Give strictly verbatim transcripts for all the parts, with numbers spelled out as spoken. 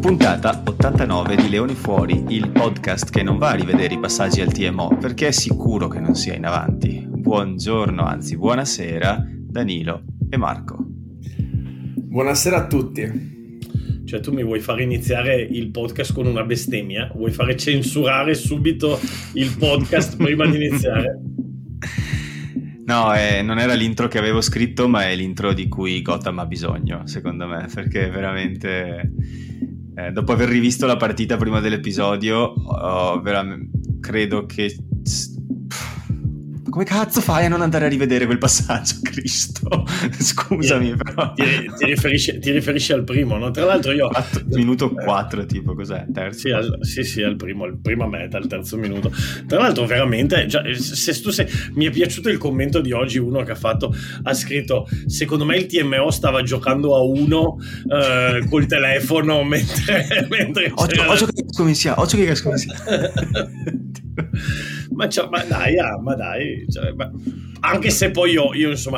Puntata ottantanove di Leoni Fuori, il podcast che non va a rivedere i passaggi al T M O perché è sicuro che non sia in avanti. Buongiorno, anzi buonasera, Danilo e Marco. Buonasera a tutti. Cioè tu mi vuoi fare iniziare il podcast con una bestemmia? Vuoi fare censurare subito il podcast prima di iniziare? No, eh, non era l'intro che avevo scritto, ma è l'intro di cui Gotham ha bisogno, secondo me, perché veramente... Eh, dopo aver rivisto la partita prima dell'episodio, oh, veram- credo che... Come cazzo fai a non andare a rivedere quel passaggio, Cristo? Scusami, ti, però... Ti, ti, riferisci, ti riferisci al primo, no? Tra l'altro io... quattro, minuto quattro, tipo, cos'è? Terzo? Sì, al, sì, sì, al primo, al prima meta, al terzo minuto. Tra l'altro, veramente, già, se tu sei... mi è piaciuto il commento di oggi, uno che ha fatto, ha scritto, secondo me il T M O stava giocando a uno eh, col telefono mentre... mentre oggi, c'era... oggi che come sia, oggi che come sia. ma, cioè, ma dai, ah, ma dai, cioè, ma... anche se poi io, io insomma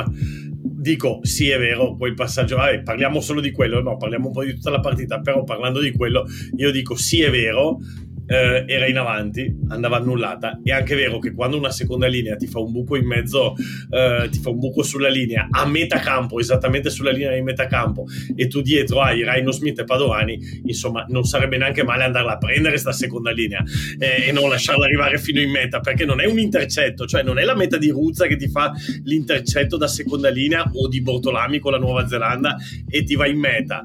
dico sì è vero quel passaggio, vabbè, parliamo solo di quello, no, parliamo un po' di tutta la partita, però parlando di quello io dico sì è vero, eh, era in avanti, andava annullata. È anche vero che quando una seconda linea ti fa un buco in mezzo, eh, ti fa un buco sulla linea a metà campo, esattamente sulla linea di metà campo, e tu dietro hai Rhino Smith e Padovani, insomma non sarebbe neanche male andarla a prendere sta seconda linea eh, e non lasciarla arrivare fino in meta, perché non è un intercetto, cioè non è la meta di Ruzza che ti fa l'intercetto da seconda linea o di Bortolami con la Nuova Zelanda e ti va in meta.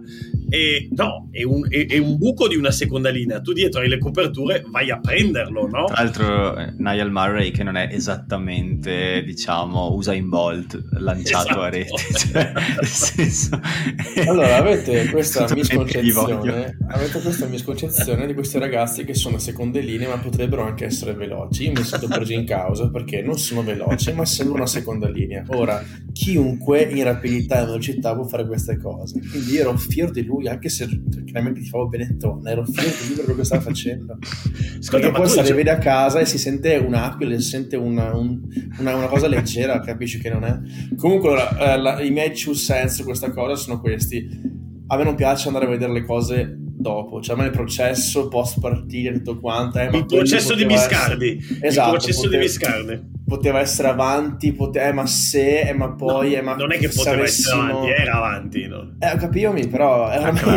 E no, è un, è, è un buco di una seconda linea, tu dietro hai le coperture, vai a prenderlo, no? Tra l'altro eh, Niall Murray, che non è esattamente, diciamo, Usain Bolt lanciato esatto. a rete, cioè, nel senso, allora avete questa misconcezione avete questa misconcezione di questi ragazzi che sono a seconde linee ma potrebbero anche essere veloci. Io mi sento preso in causa perché non sono veloce ma sembro una seconda linea. Ora chiunque in rapidità e velocità può fare queste cose, quindi io ero fiero di lui, anche se chiaramente ti favo Benetton, ero fiero di lui per quello che stava facendo. Perché poi se le vede a casa e si sente un'aquila, si sente una, un, una, una cosa leggera, capisci che non è. Comunque allora, eh, la, i miei two cents su questa cosa sono questi: a me non piace andare a vedere le cose dopo, cioè a me il processo post partita tutto quanto eh, ma il processo di Biscardi essere... esatto, il processo poteva... di Biscardi poteva essere avanti, pote... eh, ma se, eh, ma poi no, eh, ma non è che poteva avessimo... essere avanti, era avanti, no? Eh, capivomi, però eh, ormai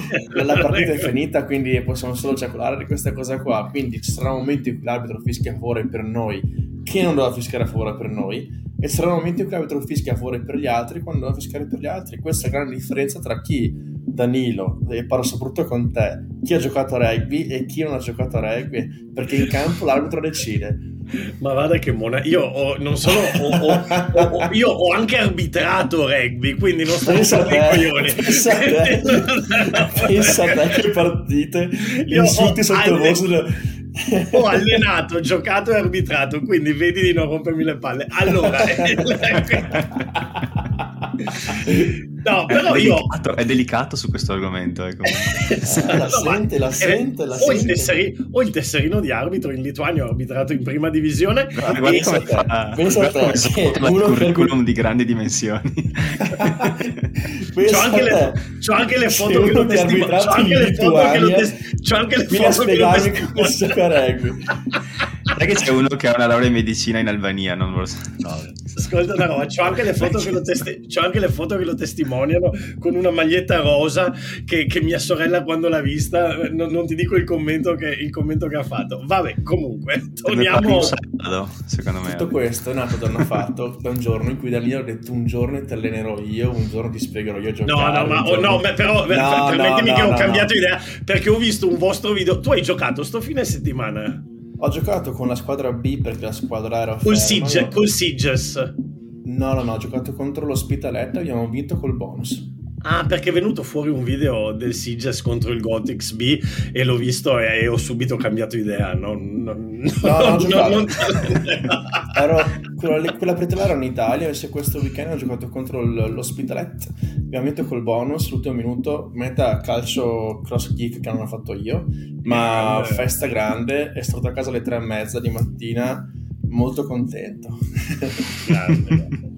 la partita è finita, quindi possiamo solo giacolare di questa cosa qua. Quindi ci sarà un momento in cui l'arbitro fischia a favore per noi, che non doveva fischiare a favore per noi, e ci sarà un momento in cui l'arbitro fischia a favore per gli altri, quando doveva fischiare per gli altri. Questa è la grande differenza tra chi, Danilo, e parlo soprattutto con te, chi ha giocato a rugby e chi non ha giocato a rugby, perché in campo l'arbitro decide. Ma guarda che mona, io ho, non solo ho, ho, ho, ho, io ho anche arbitrato rugby, quindi non sto pensando i coglioni. Pensa a te, pensa a te che partite, gli insulti sottovoce. Ho allenato, giocato e arbitrato, quindi vedi di non rompermi le palle. Allora, no, però è io delicato, è delicato su questo argomento. Eh, eh, la sente, la sente, la o, sente. Il tesserino, o il tesserino di arbitro in Lituania, ho arbitrato in prima divisione. Guarda, guarda come fa, pensa a te, che uno curriculum di grandi dimensioni. C'ho anche, le, c'ho anche le foto che lo testimoniano. C'ho anche le foto che lo testimoniano. C'ho anche le foto che lo testimoniano. Sai che c'è uno che ha una laurea in medicina in Albania, non lo so. No. Ascolta una roba, c'ho anche le foto che lo testi- c'ho anche le foto che lo testimoniano con una maglietta rosa che, che mia sorella quando l'ha vista, non, non ti dico il commento che il commento che ha fatto. Vabbè, comunque, torniamo. Sabato, secondo me. Tutto questo è nato da un fatto, da un giorno in cui Danilo ha detto: un giorno ti allenerò io, un giorno ti spiegherò io a giocare. No, no, ma giorno... oh, no, però no, permettimi no, che no, ho no, cambiato no. idea, perché ho visto un vostro video. Tu hai giocato sto fine settimana? Ho giocato con la squadra B perché la squadra era col ferma. Sige, io... col Sieges. No, no, no, ho giocato contro l'Ospitaletto e abbiamo vinto col bonus. Ah, perché è venuto fuori un video del Sieges contro il Gothics B e l'ho visto e, e ho subito cambiato idea. Non, non, no, no, non, non... Ero, quella, quella pretela era in Italia, e questo weekend ho giocato contro l'Ospitaletto, abbiamo vinto col bonus, l'ultimo minuto, meta calcio cross kick che non ho fatto io, ma eh, festa grande, è stato a casa alle tre e mezza di mattina, molto contento. Grande.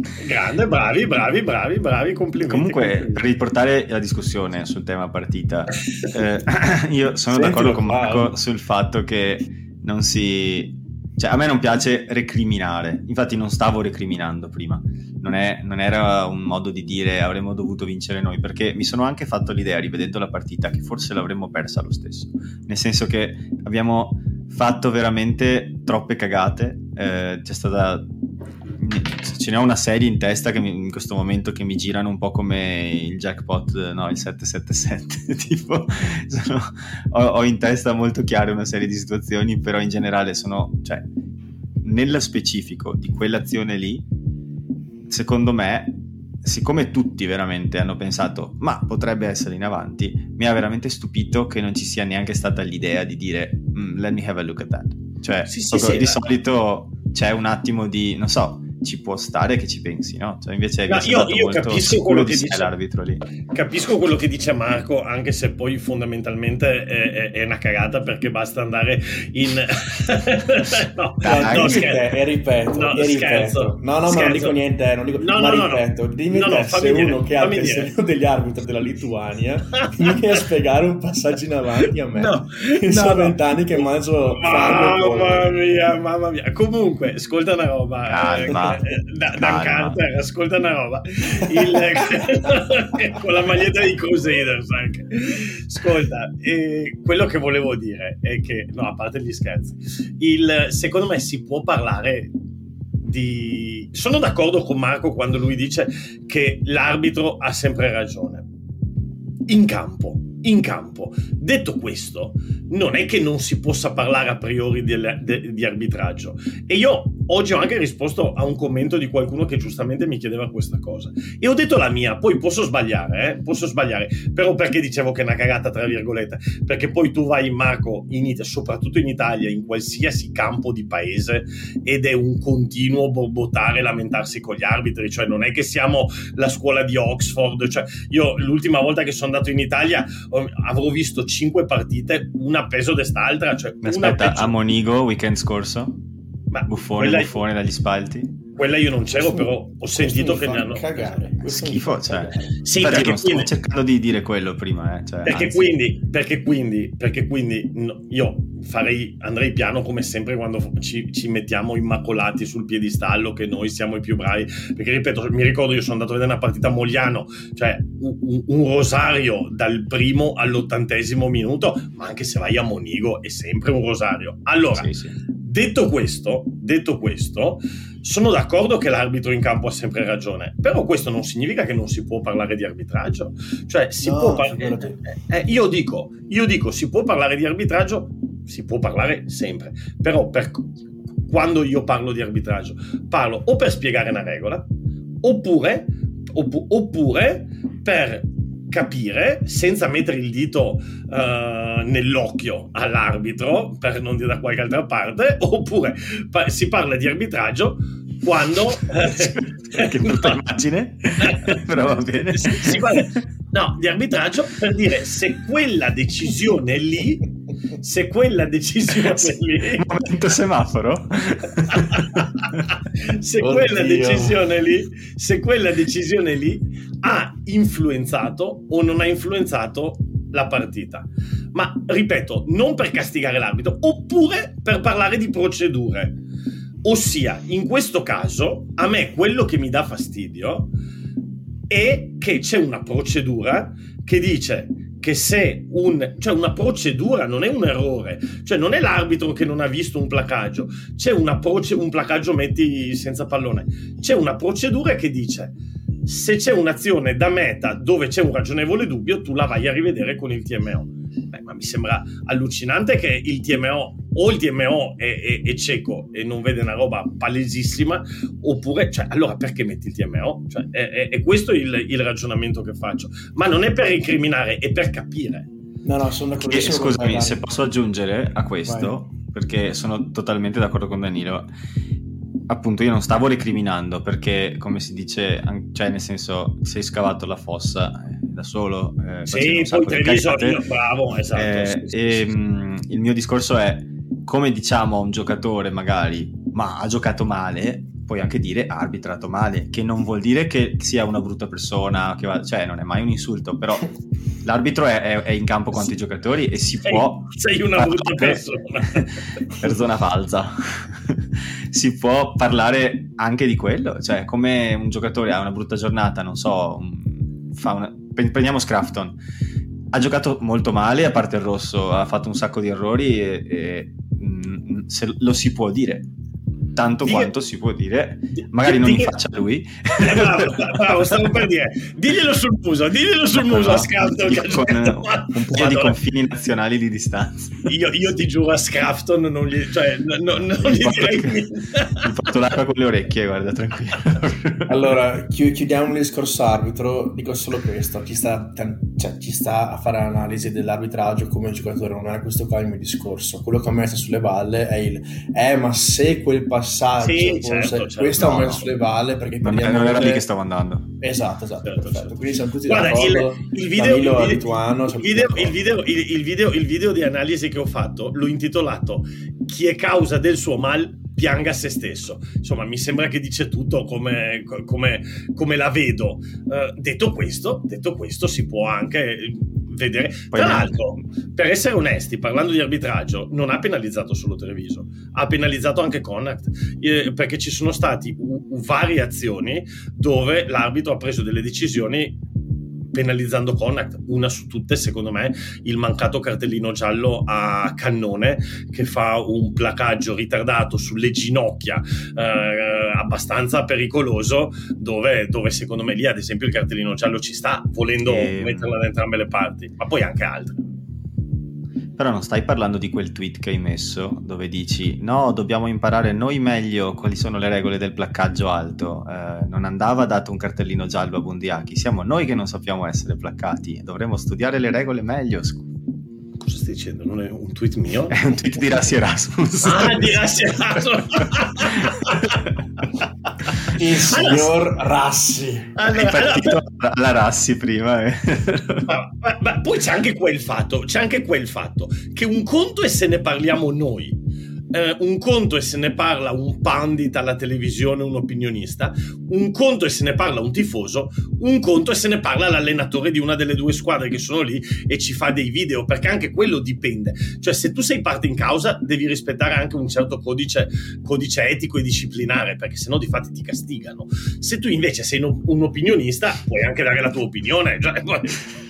Grande, bravi, bravi, bravi, bravi, complimenti. Comunque, complimenti. Per riportare la discussione sul tema partita, eh, io sono Senti, d'accordo con Marco Paolo. sul fatto che non si... Cioè, a me non piace recriminare, infatti non stavo recriminando prima, non, è, non era un modo di dire avremmo dovuto vincere noi, perché mi sono anche fatto l'idea, rivedendo la partita, che forse l'avremmo persa lo stesso, nel senso che abbiamo fatto veramente troppe cagate, eh, c'è stata... ce n'è una serie in testa che mi, in questo momento che mi girano un po' come il jackpot, no, il sette sette sette tipo sono, ho, ho in testa molto chiare una serie di situazioni, però in generale sono, cioè, nello specifico di quell'azione lì, secondo me, siccome tutti veramente hanno pensato ma potrebbe essere in avanti, mi ha veramente stupito che non ci sia neanche stata l'idea di dire mm, let me have a look at that, cioè Sì, sì, sì, di eh. solito c'è un attimo di, non so, ci può stare che ci pensi, no? Cioè invece No, mi è io, stato io molto capisco sicuro quello di che sé dice l'arbitro lì. Capisco quello che dice Marco, anche se poi fondamentalmente è, è, è una cagata, perché basta andare in no, Eh, no, dimmi scher- te, e ripeto, no, e ripeto. scherzo, No, no, ma scherzo. non dico niente, non dico, No, ma no, no, ripeto, no. dimmi No, te no, se fammi dire, uno che ha il fammi dire. testino degli arbitri della Lituania mi viene a spiegare un passaggio in avanti a me. No, che no, sono no. vent'anni che mangio fango e Mamma polvere. mia, mamma mia. Comunque, ascolta una roba. Calma, eh, da, Dan calma. Carter, ascolta una roba. Il, con la maglietta di Crusaders anche. Ascolta, eh, quello che volevo dire è che, no, a parte gli scherzi, il, secondo me si può parlare di... Sono d'accordo con Marco quando lui dice che l'arbitro ha sempre ragione. In campo. In campo. Detto questo, non è che non si possa parlare a priori di, di, di arbitraggio. E io oggi ho anche risposto a un commento di qualcuno che giustamente mi chiedeva questa cosa. E ho detto la mia, poi posso sbagliare, eh? Posso sbagliare. Però perché dicevo che è una cagata, tra virgolette? Perché poi tu vai in Marco, in Italia, soprattutto in Italia, in qualsiasi campo di paese, ed è un continuo borbottare, lamentarsi con gli arbitri. Cioè non è che siamo la scuola di Oxford. Cioè io l'ultima volta che sono andato in Italia avrò visto cinque partite, una peso d'est'altra, cioè una Aspetta, peggio... a Monigo weekend scorso, Ma buffone quella, buffone dagli spalti, quella io non c'ero, Questo- però ho sentito che questo mi mi hanno fa cagare. Questo mi schifo, fa cioè cagare. sì, infatti perché non stavo quindi, cercando di dire quello prima, eh, cioè, perché anzi. quindi perché quindi perché quindi no, io farei andrei piano come sempre quando ci, ci mettiamo immacolati sul piedistallo che noi siamo i più bravi, perché ripeto, mi ricordo, io sono andato a vedere una partita a Mogliano, cioè un, un- un rosario dal primo all'ottantesimo minuto, ma anche se vai a Monigo è sempre un rosario. Allora, Sì, sì. detto questo, detto questo, sono d'accordo che l'arbitro in campo ha sempre ragione, però questo non significa che non si può parlare di arbitraggio. Cioè, si No, può par- figurati. eh, eh, io dico, io dico, si può parlare di arbitraggio, si può parlare sempre, però per, quando io parlo di arbitraggio, parlo o per spiegare una regola, oppure, oppu- oppure per capire, senza mettere il dito uh, nell'occhio all'arbitro, per non dire da qualche altra parte, oppure pa- si parla di arbitraggio quando Che brutta immagine, però va bene. si, si parla, no, di arbitraggio per dire se quella decisione lì, se quella decisione lì, momento semaforo. se Oddio. quella decisione lì, se quella decisione lì ha influenzato o non ha influenzato la partita. Ma ripeto, non per castigare l'arbitro, oppure per parlare di procedure. Ossia, in questo caso, a me quello che mi dà fastidio è che c'è una procedura che dice che se un... cioè una procedura non è un errore, cioè non è l'arbitro che non ha visto un placaggio, c'è una proce- un placaggio metti senza pallone, c'è una procedura che dice se c'è un'azione da meta dove c'è un ragionevole dubbio, tu la vai a rivedere con il T M O. Beh, ma mi sembra allucinante che il T M O o il T M O è, è, è cieco e non vede una roba palesissima, oppure, cioè, allora perché metti il T M O? Cioè, è, è, è questo il, il ragionamento che faccio, ma non è per incriminare, è per capire. No, no, sono Che, d'accordissimo con scusami, te, se Dani. posso aggiungere a questo, perché sono totalmente d'accordo con Danilo. Appunto, io non stavo recriminando perché, come si dice, an- cioè nel senso, sei scavato la fossa eh, da solo, eh, facendo Sì, un sacco poi di Treviso, cagate. io, bravo, esatto. Eh, sì, sì, e sì. mh, il mio discorso è, come diciamo a un giocatore magari, ma ha giocato male, puoi anche dire ha arbitrato male, che non vuol dire che sia una brutta persona, che va, cioè non è mai un insulto, però l'arbitro è, è, è in campo contro i giocatori e si sei, può... Sei una brutta persona. Persona falsa. Si può parlare anche di quello, cioè come un giocatore ha una brutta giornata, non so, fa una... prendiamo Scrafton, ha giocato molto male, a parte il rosso, ha fatto un sacco di errori e, e mh, se lo si può dire. Tanto Dì, quanto si può dire, magari non in faccia a lui. Eh, bravo, bravo, stavo per dire, diglielo sul muso, diglielo sul no, muso no, a Scrafton. Con un po' di confini nazionali di distanza. Io, io ti giuro, a Scrafton non gli, cioè, no, no, non gli direi che... Mi porto l'acqua con le orecchie, guarda, tranquillo. Allora, chi, chiudiamo il discorso arbitro, dico solo questo, ci sta, cioè, ci sta a fare l'analisi dell'arbitraggio come giocatore, non era questo qua il mio discorso. Quello che ho messo sulle balle è il, eh ma se quel passaggio sì, certo, certo. questo no, ho messo no. sulle balle perché non, non era lì che stavo andando, esatto esatto certo, perfetto certo. Quindi siamo tutti Guarda, d'accordo. Il, il, video, il, video, Lituano, il, video, il, video, il, il, video, il video di analisi che ho fatto l'ho intitolato "Chi è causa del suo mal pianga se stesso". Insomma, mi sembra che dice tutto come, come, come la vedo. Uh, detto questo, detto questo, si può anche vedere. Poi tra l'altro, per essere onesti, parlando di arbitraggio, non ha penalizzato solo Treviso, ha penalizzato anche Connacht, eh, perché ci sono stati u- varie azioni dove l'arbitro ha preso delle decisioni penalizzando Connacht. Una su tutte, secondo me, il mancato cartellino giallo a Cannone, che fa un placaggio ritardato sulle ginocchia eh, abbastanza pericoloso, dove, dove secondo me lì ad esempio il cartellino giallo ci sta, volendo e... metterla da entrambe le parti, ma poi anche altre. Però non stai parlando di quel tweet che hai messo dove dici no, dobbiamo imparare noi meglio quali sono le regole del placcaggio alto, eh, non andava dato un cartellino giallo a Bundiaki, siamo noi che non sappiamo essere placcati, dovremmo studiare le regole meglio. Cosa stai dicendo? Non è un tweet mio? È un tweet di Rassi Erasmus. Ah, di Rassi Erasmus. Il signor Rassi. Allora, è partito allora, alla Rassi prima. Eh. Ma, ma, ma poi c'è anche quel fatto, c'è anche quel fatto che un conto è se ne parliamo noi. Eh, un conto è se ne parla un pandit alla televisione, un opinionista, un conto è se ne parla un tifoso, un conto è se ne parla l'allenatore di una delle due squadre che sono lì e ci fa dei video, perché anche quello dipende. Cioè, se tu sei parte in causa devi rispettare anche un certo codice, codice etico e disciplinare, perché sennò di fatti ti castigano. Se tu invece sei un, un opinionista puoi anche dare la tua opinione, cioè, poi...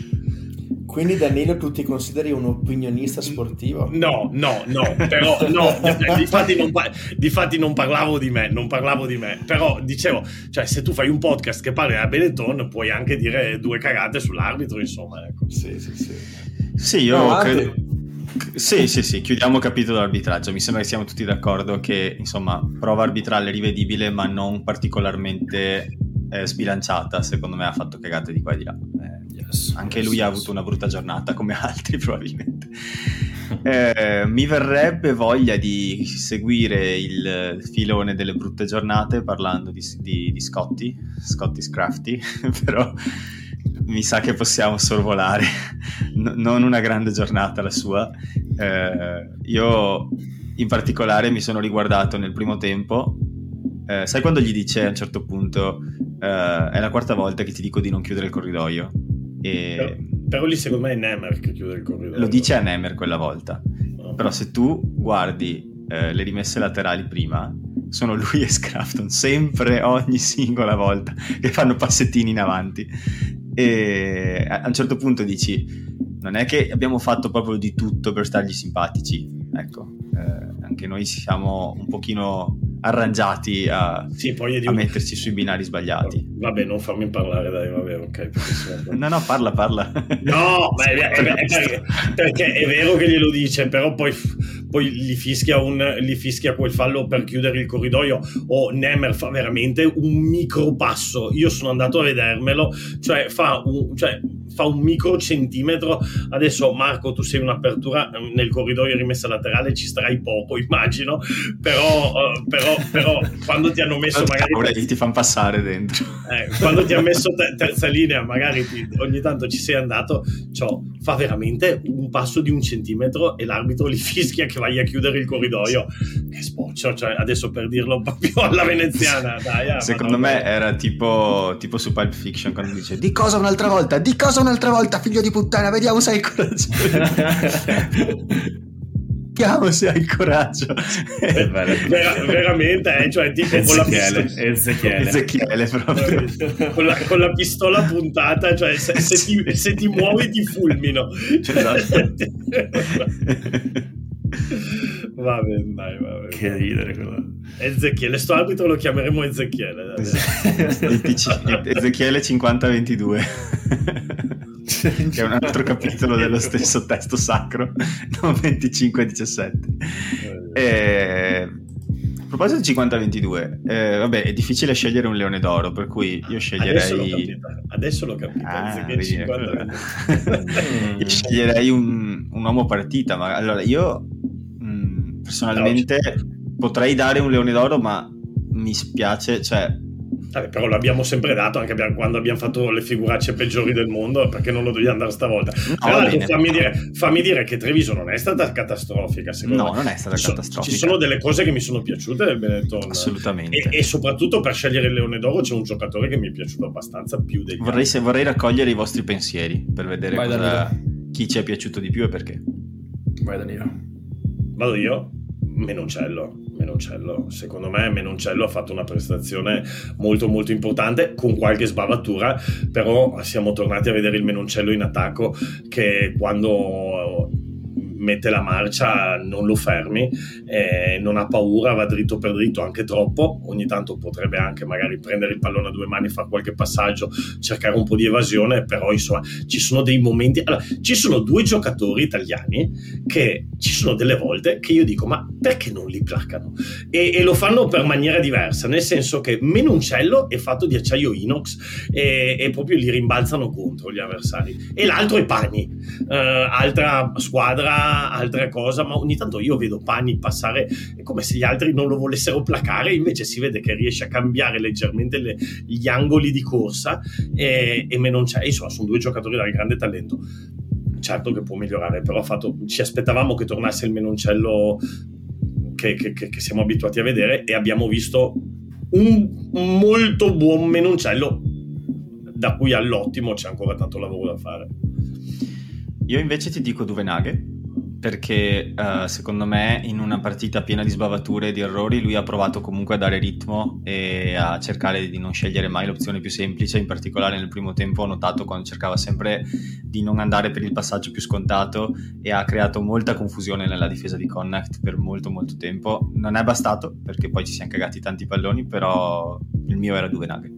Quindi Danilo tu ti consideri un opinionista sportivo? No, no, no, però no, difatti non, difatti non parlavo di me, non parlavo di me, però dicevo, cioè se tu fai un podcast che parli a Benetton puoi anche dire due cagate sull'arbitro, insomma, ecco. Sì, sì, sì. Sì, io no, credo... Sì, sì, sì, chiudiamo il capitolo dell'arbitraggio. Mi sembra che siamo tutti d'accordo che, insomma, prova arbitrale rivedibile, ma non particolarmente eh, sbilanciata. Secondo me ha fatto cagate di qua e di là. Eh, yes, anche yes, lui yes. ha avuto una brutta giornata, come altri probabilmente. Eh, mi verrebbe voglia di seguire il filone delle brutte giornate parlando di, di, di Scotty, Scotty Scrafty, però... mi sa che possiamo sorvolare. No, non una grande giornata la sua. Eh, io in particolare mi sono riguardato nel primo tempo. Eh, sai quando gli dice a un certo punto eh, è la quarta volta che ti dico di non chiudere il corridoio? E però, però lì secondo me è Nemer che chiude il corridoio. Lo dice a Nemer quella volta. Oh. Però se tu guardi eh, le rimesse laterali prima, sono lui e Scrafton sempre, ogni singola volta che fanno passettini in avanti. E a un certo punto dici non è che abbiamo fatto proprio di tutto per stargli simpatici, ecco, eh, anche noi siamo un pochino arrangiati a, sì, poi a metterci sui binari sbagliati. Vabbè, non farmi parlare, dai, vabbè, ok. no no parla parla no, ma è, è, è, è perché, perché è vero che glielo dice, però poi, poi gli fischia un gli fischia quel fallo per chiudere il corridoio, o Nemer fa veramente un micro passo. Io sono andato a vedermelo, cioè fa un, cioè fa un micro centimetro. Adesso Marco, tu sei un'apertura nel corridoio rimessa laterale, ci starai poco immagino, però, uh, però, però quando ti hanno messo magari te- ti fanno passare dentro, eh, quando ti ha messo te- terza linea magari ti, ogni tanto ci sei andato, cioè, fa veramente un passo di un centimetro e l'arbitro li fischia che vai a chiudere il corridoio. Che spoccio, cioè, adesso per dirlo proprio alla veneziana, dai, ah, secondo me era tipo, tipo su Pulp Fiction quando dice di cosa un'altra volta, di cosa un'altra volta, figlio di puttana, vediamo se hai il coraggio. Vediamo se hai il coraggio. Ver- ver- veramente, eh, cioè tipo con la pistola, Ezechiele, Ezechiele proprio. con, la, con la pistola puntata, cioè se, se, ti, se ti muovi ti fulmino. Esatto. Va bene, dai, va bene. Che ridere quello. Ezechiele, sto arbitro lo chiameremo Ezechiele. Ezechiele cinquanta ventidue. Che è un altro capitolo dello stesso testo sacro, non venticinque diciassette. E... a proposito di cinquanta ventidue, eh, vabbè, è difficile scegliere un leone d'oro, per cui io sceglierei... Adesso l'ho capito, adesso l'ho capito. Ah, cinquanta io sceglierei un, un uomo partita, ma allora io mh, personalmente no, potrei dare un leone d'oro, ma mi spiace, cioè... Vabbè, però l'abbiamo sempre dato anche quando abbiamo fatto le figuracce peggiori del mondo, perché non lo dobbiamo dare stavolta. No, però bene, fammi, dire, fammi dire che Treviso non è stata catastrofica, secondo no, me. non è stata ci so, catastrofica. Ci sono delle cose che mi sono piaciute del Benetton, assolutamente, e, e soprattutto per scegliere il Leone d'Oro c'è un giocatore che mi è piaciuto abbastanza più degli vorrei, se, vorrei raccogliere i vostri pensieri per vedere Vai, cosa, chi ci è piaciuto di più e perché. Vai Danilo. Vado io? Menoncello. Menoncello, secondo me Menoncello ha fatto una prestazione molto molto importante, con qualche sbavatura, però siamo tornati a vedere il Menoncello in attacco che quando mette la marcia non lo fermi, eh, non ha paura, va dritto per dritto, anche troppo. Ogni tanto potrebbe anche magari prendere il pallone a due mani, fare qualche passaggio, cercare un po' di evasione, però insomma ci sono dei momenti, allora, ci sono due giocatori italiani che ci sono delle volte che io dico ma perché non li placano? E, e lo fanno per maniera diversa, nel senso che Menoncello è fatto di acciaio inox e, e proprio li rimbalzano contro gli avversari, e l'altro è Pani, uh, altra squadra, altra cosa, ma ogni tanto io vedo Pani passare, è come se gli altri non lo volessero placare, invece si vede che riesce a cambiare leggermente le, gli angoli di corsa, e, e Menoncello, insomma sono due giocatori dal grande talento. Certo che può migliorare, però ha fatto, ci aspettavamo che tornasse il Menoncello che, che, che, che siamo abituati a vedere, e abbiamo visto un, un molto buon Menoncello, da cui all'ottimo c'è ancora tanto lavoro da fare. Io invece ti dico Duvenaghe, perché uh, secondo me in una partita piena di sbavature e di errori lui ha provato comunque a dare ritmo e a cercare di non scegliere mai l'opzione più semplice. In particolare nel primo tempo ho notato quando cercava sempre di non andare per il passaggio più scontato, e ha creato molta confusione nella difesa di Connacht per molto molto tempo. Non è bastato, perché poi ci siamo cagati tanti palloni, però il mio era Duvenaghe.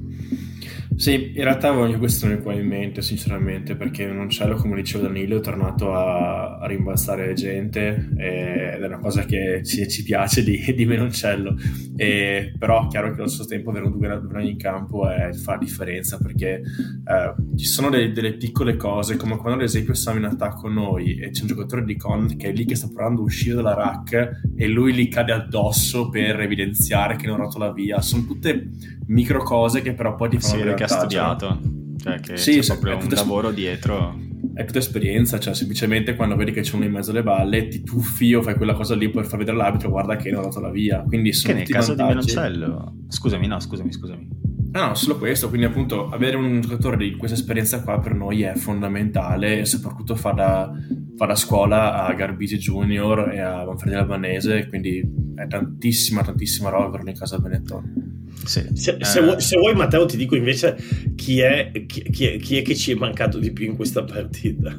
Sì, in realtà avevo anche questo nel cuore in mente, sinceramente, perché Menoncello, come diceva Danilo, è tornato a, a rimbalzare gente, e, ed è una cosa che ci, ci piace di, di Menoncello, e, però è chiaro che allo stesso tempo avere un Duvenaghe in campo è, fa la differenza, perché eh, ci sono delle, delle piccole cose, come quando ad esempio siamo in attacco noi e c'è un giocatore di Con che è lì che sta provando a uscire dalla rack e lui gli cade addosso per evidenziare che non rotola via. Sono tutte micro cose che però poi ti fanno sì, realtà, che ha studiato, cioè che sì, c'è proprio è un tutta, lavoro dietro, è tutta esperienza, cioè semplicemente quando vedi che c'è uno in mezzo alle balle ti tuffi o fai quella cosa lì per far vedere all'arbitro guarda che non rotola via. Quindi sono che nel tutti caso vantaggi. di Menoncello, scusami no scusami scusami No, no, solo questo, quindi appunto avere un giocatore di questa esperienza qua per noi è fondamentale, e soprattutto fa da, fa da scuola a Garbisi Junior e a Manfredi Albanese, quindi è tantissima tantissima roba per noi in casa Benetton. sì. Se, eh. se, vuoi, se vuoi Matteo ti dico invece chi è, chi, chi, è, chi è che ci è mancato di più in questa partita.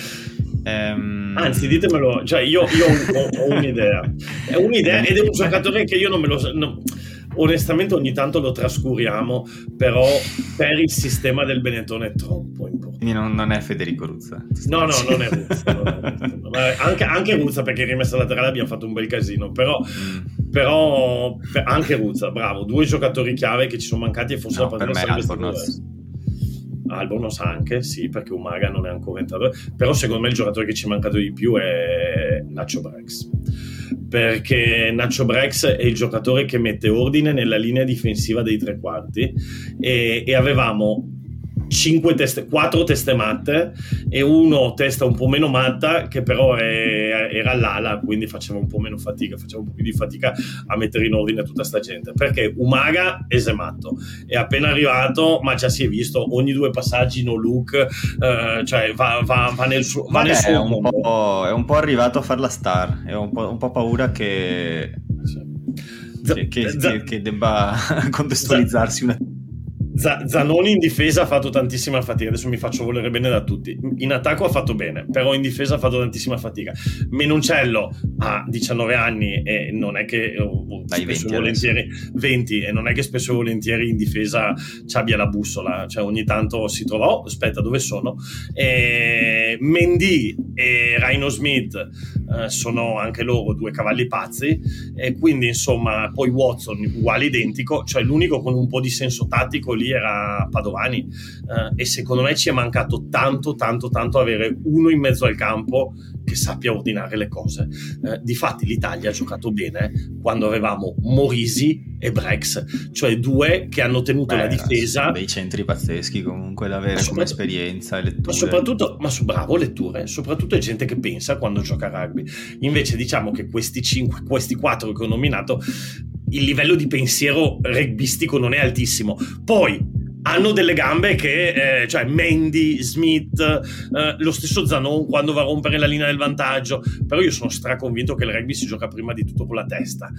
Um... Anzi ditemelo, cioè io, io ho, ho un'idea è un'idea ed è un giocatore che io non me lo no, onestamente ogni tanto lo trascuriamo, però per il sistema del Benetton è troppo importante. Quindi non, non è Federico Ruzza. No, no, non è Ruzza. Non è Ruzza. Anche, anche Ruzza, perché in rimessa laterale abbiamo fatto un bel casino, però, mm. però per, anche Ruzza, bravo. Due giocatori chiave che ci sono mancati, e forse no, la partita per me sarebbe Albornoz. Albornoz anche, sì, perché Umaga non è ancora entrato, però secondo me il giocatore che ci è mancato di più è Nacho Brex, perché Nacho Brex è il giocatore che mette ordine nella linea difensiva dei tre quarti, e, e avevamo cinque teste, quattro teste matte e uno testa un po' meno matta che però è, era l'ala, quindi faceva un po' meno fatica, faceva un po' più di fatica a mettere in ordine tutta sta gente, perché Umaga è sematto, è appena arrivato ma già si è visto ogni due passaggi no look, eh, cioè va, va, va nel suo, va Vabbè, nel suo è, un mondo. po', è un po' arrivato a far la star, è un po', un po' paura che, che, che, che, che debba contestualizzarsi una... Zanoni in difesa ha fatto tantissima fatica, adesso mi faccio volere bene da tutti, in attacco ha fatto bene, però in difesa ha fatto tantissima fatica. Menoncello ha diciannove anni e non è che Dai, spesso venti e volentieri venti e non è che spesso e volentieri in difesa ci abbia la bussola, cioè ogni tanto si trova, oh aspetta dove sono, e Mendy e Rhino Smith eh, sono anche loro due cavalli pazzi, e quindi insomma poi Watson uguale identico, cioè l'unico con un po' di senso tattico lì era Padovani, eh, e secondo me ci è mancato tanto tanto tanto avere uno in mezzo al campo che sappia ordinare le cose. Eh, difatti l'Italia ha giocato bene quando avevamo Morisi e Brex, cioè due che hanno tenuto Beh, la difesa, dei centri pazzeschi comunque da avere come esperienza e letture. ma soprattutto, ma su bravo letture, soprattutto è gente che pensa quando gioca a rugby. Invece diciamo che questi cinque, questi quattro che ho nominato, il livello di pensiero rugbyistico non è altissimo. Poi hanno delle gambe che, eh, cioè Mendy, Smith, eh, lo stesso Zanon quando va a rompere la linea del vantaggio, però io sono straconvinto che il rugby si gioca prima di tutto con la testa,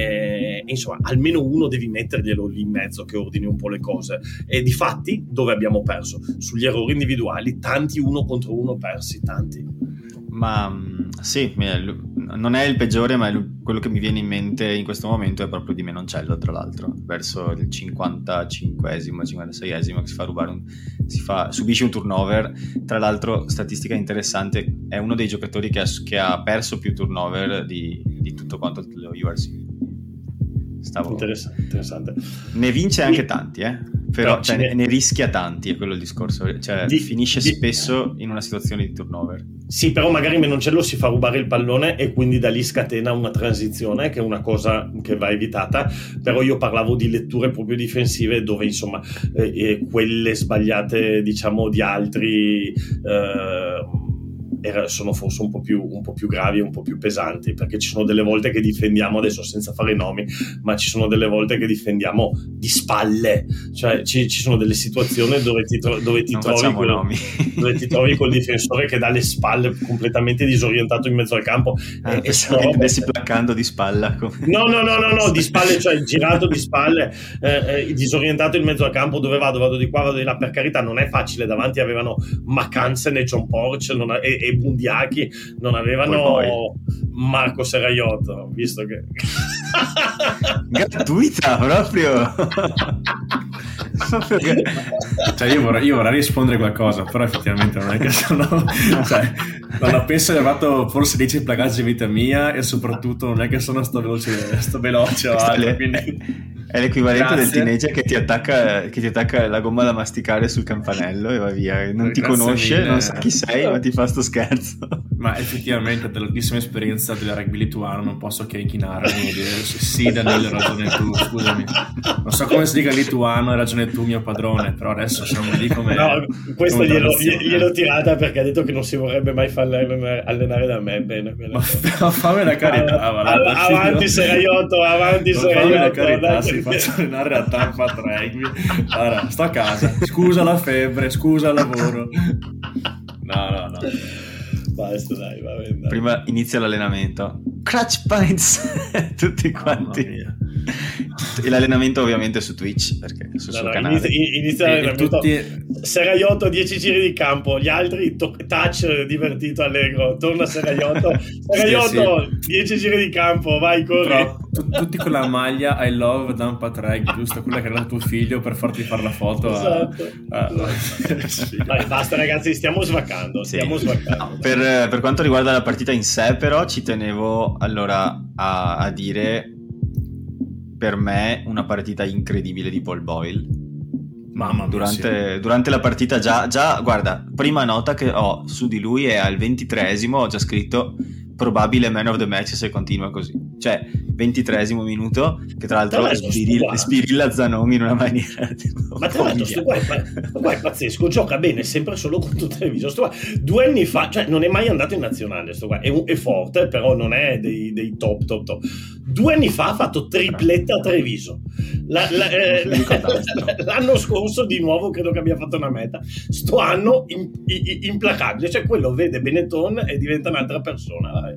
e, insomma almeno uno devi metterglielo lì in mezzo che ordini un po' le cose, e difatti dove abbiamo perso? Sugli errori individuali, tanti uno contro uno persi, tanti. Ma sì, non è il peggiore, ma quello che mi viene in mente in questo momento è proprio di Menoncello, tra l'altro, verso il cinquantacinquesimo, cinquantaseiesimo, che si fa rubare un, si fa, subisce un turnover. Tra l'altro, statistica interessante, è uno dei giocatori che ha, che ha perso più turnover di, di tutto quanto lo U R C. Stavo... Interessante, interessante. Ne vince anche tanti, eh? Però no, cioè, ne... ne rischia tanti, è quello il discorso, cioè di, finisce di... spesso in una situazione di turnover. Sì, però magari Menoncello si fa rubare il pallone e quindi da lì scatena una transizione, che è una cosa che va evitata. Però io parlavo di letture proprio difensive dove insomma eh, eh, quelle sbagliate diciamo di altri eh, era, sono forse un po' più un po' più gravi e un po' più pesanti, perché ci sono delle volte che difendiamo, adesso senza fare nomi, ma ci sono delle volte che difendiamo di spalle, cioè ci, ci sono delle situazioni dove ti, tro- dove, ti trovi quel, dove ti trovi col difensore che dà le spalle completamente disorientato in mezzo al campo, ah, e, e sono che stessi placcando di spalla come... no no no no no di spalle, cioè girato di spalle, eh, eh, disorientato in mezzo al campo, dove vado vado di qua vado di là, per carità non è facile, davanti avevano Macanzen e John Porch non ha, e, e Bundiaki, non avevano Marco Serraiotto, visto che gratuita proprio. Cioè io vorrei, io vorrei rispondere qualcosa, però effettivamente non è che sono, cioè, non penso di aver fatto forse dieci placaggi in vita mia, e soprattutto non è che sono sto veloce, sto veloce o altro, quindi... È l'equivalente Grazie. del teenager che ti attacca che ti attacca la gomma da masticare sul campanello e va via, non ti Grazie conosce, mille. Non sa chi sei, ma ti fa sto scherzo. Ma effettivamente dall'altissima esperienza del rugby lituano non posso che inchinarmi e dire sì, Danilo, hai ragione tu, scusami, non so come si dica in lituano, hai ragione tu mio padrone, però adesso siamo lì come... No, questa come glielo, glielo tirata perché ha detto che non si vorrebbe mai far allenare da me, bene, bene. Ma fammi la carità, va, va, avanti Serraiotto, avanti Serraiotto, fammi la carità, si faccio allenare a Tampa Rugby. Allora, sto a casa, scusa la febbre, scusa il lavoro, no no no basta, dai, va bene, dai. Prima inizia l'allenamento, Clutch Pints tutti quanti, e l'allenamento ovviamente su Twitch, perché sul no, suo no, canale inizia, inizia l'allenamento tutti... Serraiotto dieci giri di campo, gli altri to- touch divertito allegro, torna Serraiotto Serraiotto sì, sì. dieci giri di campo, vai, corri. Però, t- tutti con la maglia I love Dampa Trek, giusto, quella che era tuo figlio per farti fare la foto esatto, a... a... esatto. Dai, basta ragazzi, stiamo svaccando, sì. stiamo svaccando no, per, per quanto riguarda la partita in sé, però ci tenevo allora a, a dire, per me una partita incredibile di Paul Boyle, Mamma mia, durante, sì. durante la partita già, già, guarda, prima nota che ho su di lui è al ventitreesimo, ho già scritto probabile man of the match se continua così. Cioè, ventitreesimo minuto, che tra l'altro, Tra l'altro sbirilla, qua- spirilla Zanoni in una maniera tipo, Ma tra l'altro sto qua, è, sto qua è pazzesco, gioca bene sempre solo contro Treviso. Sto qua, due anni fa, cioè non è mai andato in nazionale, sto qua è, un- è forte, però non è dei, dei top top top. Due anni fa ha fatto tripletta a Treviso. La- la- eh, Non mi ricordavo sta roba. l'anno scorso di nuovo credo che abbia fatto una meta. Sto anno in- i- i- implacabile, cioè quello vede Benetton e diventa un'altra persona. Vai.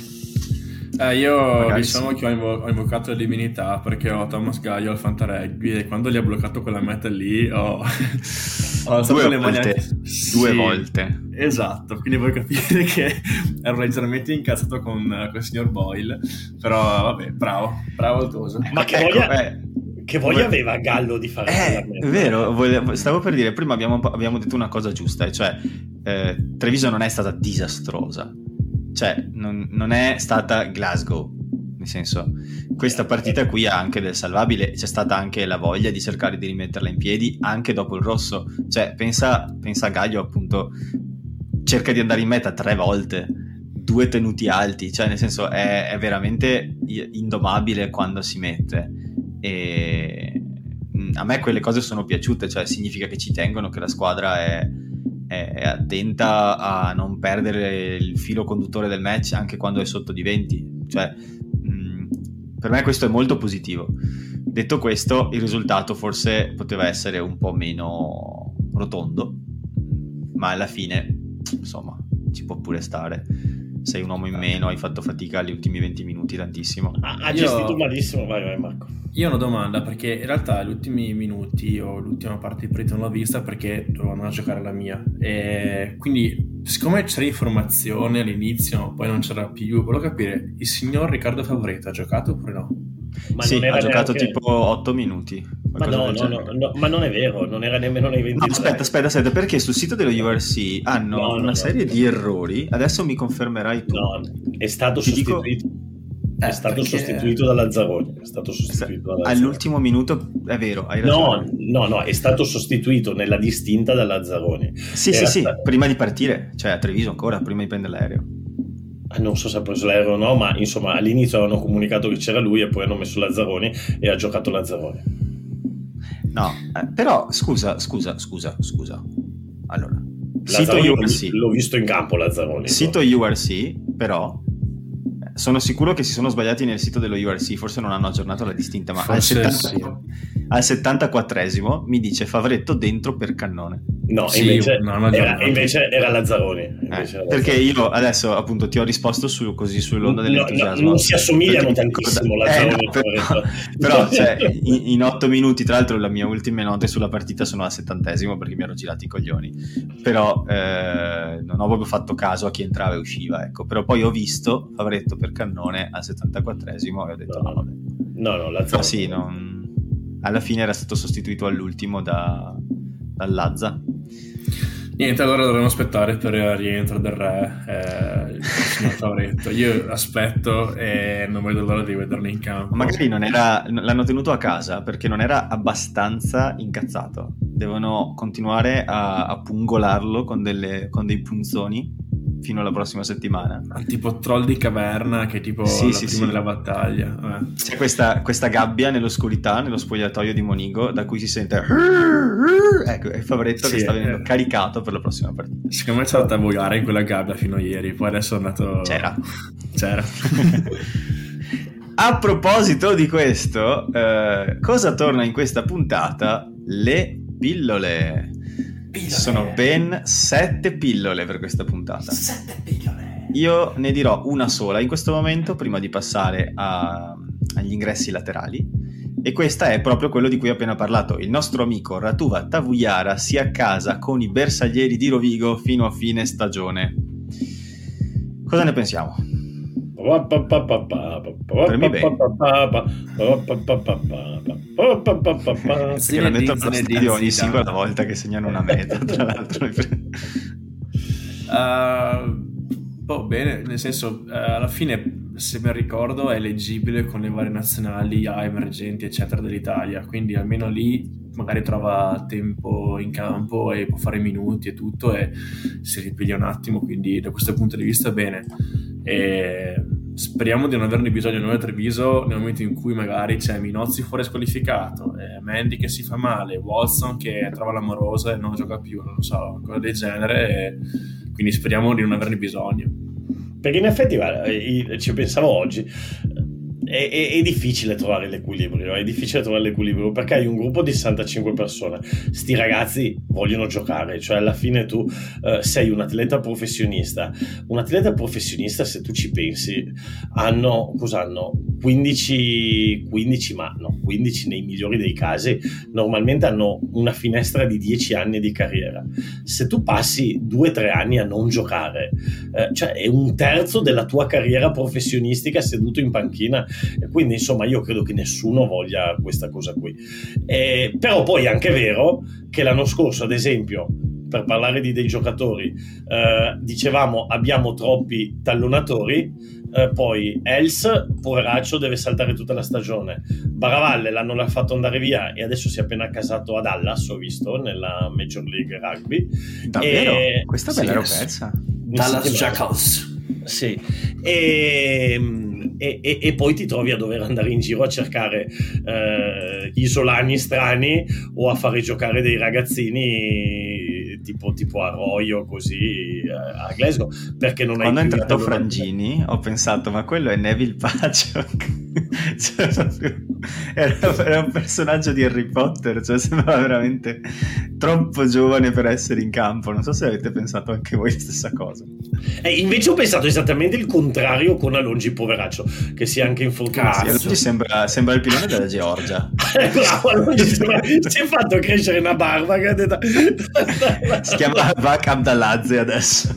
Eh, io Magari diciamo sì. che ho, invo- ho invocato le divinità perché ho Thomas Gaio al Fantarugby e quando gli ha bloccato quella meta lì ho, ho alzato Due le mani volte, anche- due Sì, volte. esatto, quindi vuoi capire che ero leggermente incazzato con, con il signor Boyle, però vabbè, bravo, bravo Altoso. Ma che Ecco, voglia, eh. che voglia aveva Gallo di fare Eh, quella meta? è vero, volevo- stavo per dire, prima abbiamo, abbiamo detto una cosa giusta, e cioè eh, Treviso non è stata disastrosa, cioè non, non è stata Glasgow, nel senso, questa partita qui ha anche del salvabile, c'è stata anche la voglia di cercare di rimetterla in piedi anche dopo il rosso, cioè pensa, pensa a Gaglio appunto, cerca di andare in meta tre volte, due tenuti alti, cioè nel senso è, è veramente indomabile quando si mette. E mh, a me quelle cose sono piaciute, cioè significa che ci tengono, che la squadra è, è, è attenta a non perdere il filo conduttore del match anche quando è sotto di venti, cioè mh, per me questo è molto positivo. Detto questo, il risultato forse poteva essere un po' meno rotondo, ma alla fine insomma ci può pure stare. Sei un uomo in meno, hai fatto fatica agli ultimi venti minuti tantissimo. Ha, ha Io- gestito malissimo, vai vai Marco. Io ho una domanda perché in realtà gli ultimi minuti o l'ultima parte di partita non l'ho vista perché dovevo andare a giocare la mia e quindi siccome c'era informazione all'inizio poi non c'era più, volevo capire, il signor Riccardo Favoretto ha giocato oppure no? Ma Sì, non era ha giocato neanche- tipo otto minuti. Ma qualcosa no, del no, genere. no, no, ma non è vero, non era nemmeno nei No, ventitré. aspetta, aspetta, aspetta, perché sul sito dello U R C hanno No, no, una no. serie di errori, adesso mi confermerai tu. No, è stato Ti dico- sostituito. È Eh, stato perché- sostituito da Lazzaroni. È stato sostituito da Lazzaroni. All'ultimo minuto, è vero, hai No, ragione. no, no, è stato sostituito nella distinta da Lazzaroni. Sì, Era sì, sì, stato- prima di partire, cioè a Treviso ancora, prima di prendere l'aereo. Ah, non so se ha preso l'aereo o no, ma insomma all'inizio avevano comunicato che c'era lui e poi hanno messo Lazzaroni e ha giocato Lazzaroni. No, eh, però scusa, scusa, scusa, scusa. Allora, sito Lazzaroni U l'ho, R C, l'ho visto in campo Lazzaroni. sito U R C, però eh, sono sicuro che si sono sbagliati nel sito dello U R C, forse non hanno aggiornato la distinta, ma al, Forse settanta al settantaquattresimo mi dice Favretto dentro per Cannone. No, Sì, invece, non hanno era, aggiornato. invece era Lazzaroni. Eh, Invece era perché Lazzaroni. io adesso appunto ti ho risposto su, così sull'onda No, no, dell'entusiasmo. non si assomigliano Perché mi tantissimo ricorda- Lazzaroni eh, e no, però, Favretto. però cioè, in, in otto minuti, tra l'altro le mie ultime note sulla partita sono al settantesimo perché mi ero girato i coglioni, però eh, non ho proprio fatto caso a chi entrava e usciva, ecco. Però poi ho visto Favretto per Cannone al settantaquattresimo e ho detto no, No, vabbè. no, no, Lazzaroni. Però sì, non... alla fine era stato sostituito all'ultimo da, dal Lazza. Niente, allora dovremmo aspettare per il rientro del re, eh, il signor Favoretto. Io aspetto e non vedo l'ora di vederlo in campo. Ma magari non era, l'hanno tenuto a casa perché non era abbastanza incazzato. Devono continuare a, a pungolarlo con, delle, con dei punzoni fino alla prossima settimana. Tipo troll di caverna che tipo Sì, la sì, prima sì. della battaglia. Eh. C'è questa, questa gabbia nell'oscurità, nello spogliatoio di Monigo, da cui si sente ecco, è Favretto Sì, che sta venendo eh. caricato per la prossima partita. Secondo me c'è andata a volare in quella gabbia fino a ieri, poi adesso è andato... C'era. C'era. A proposito di questo, eh, cosa torna in questa puntata? Le pillole. Ci sono ben sette pillole per questa puntata. Sette pillole. Io ne dirò una sola in questo momento prima di passare a- agli ingressi laterali, e questa è proprio quello di cui ho appena parlato. Il nostro amico Ratuva Tavuiara si accasa con i bersaglieri di Rovigo fino a fine stagione. Cosa ne pensiamo? Premi bene. Perché l'hanno detto allo Zinedine stadio ogni Zidane. singola volta che segnano una meta, tra l'altro. Uh, Oh, bene, nel senso, eh, alla fine, se ben ricordo, è leggibile con le varie nazionali A emergenti, eccetera, dell'Italia, quindi almeno lì magari trova tempo in campo e può fare minuti e tutto e si ripiglia un attimo, quindi da questo punto di vista bene. E speriamo di non averne bisogno noi a Treviso nel momento in cui magari c'è Minozzi fuori squalificato, eh, Mendy che si fa male, Watson che trova l'amorosa e non gioca più, non so, cose del genere, e quindi speriamo di non averne bisogno. Perché in effetti, guarda, ci pensavo oggi, è, è, è difficile trovare l'equilibrio, è difficile trovare l'equilibrio perché hai un gruppo di sessantacinque persone, sti ragazzi vogliono giocare, cioè alla fine tu uh, sei un atleta professionista, un atleta professionista, se tu ci pensi, hanno, cosa hanno? quindici, quindici, ma no, quindici nei migliori dei casi, normalmente hanno una finestra di dieci anni di carriera. Se tu passi due tre anni a non giocare, eh, cioè è un terzo della tua carriera professionistica seduto in panchina, e quindi insomma io credo che nessuno voglia questa cosa qui. Eh, però poi è anche vero che l'anno scorso, ad esempio, per parlare di dei giocatori, eh, dicevamo abbiamo troppi tallonatori, eh, poi Els, poveraccio, deve saltare tutta la stagione. Baravalle l'hanno fatto andare via e adesso si è appena accasato a Dallas, ho visto, nella Major League Rugby. Davvero? E... Questa sì, bella l'ho persa. Dallas Jackals. Sì. E... E, e, e poi ti trovi a dover andare in giro a cercare eh, isolani strani o a fare giocare dei ragazzini tipo, tipo Arroyo così eh, a Glasgow, perché non quando hai è più entrato Frangini ho pensato ma quello è Neville Paciok. Cioè, era, era un personaggio di Harry Potter, cioè sembrava veramente troppo giovane per essere in campo. Non so se avete pensato anche voi la stessa cosa. Eh, invece ho pensato esattamente il contrario con Alongi, poveraccio, che sia anche infortunato. Sì, Alongi sembra, sembra il pilone della Georgia. Bravo, Alongi sembra, si è fatto crescere una barba che ha detto... si chiama Vak Abdalazze adesso.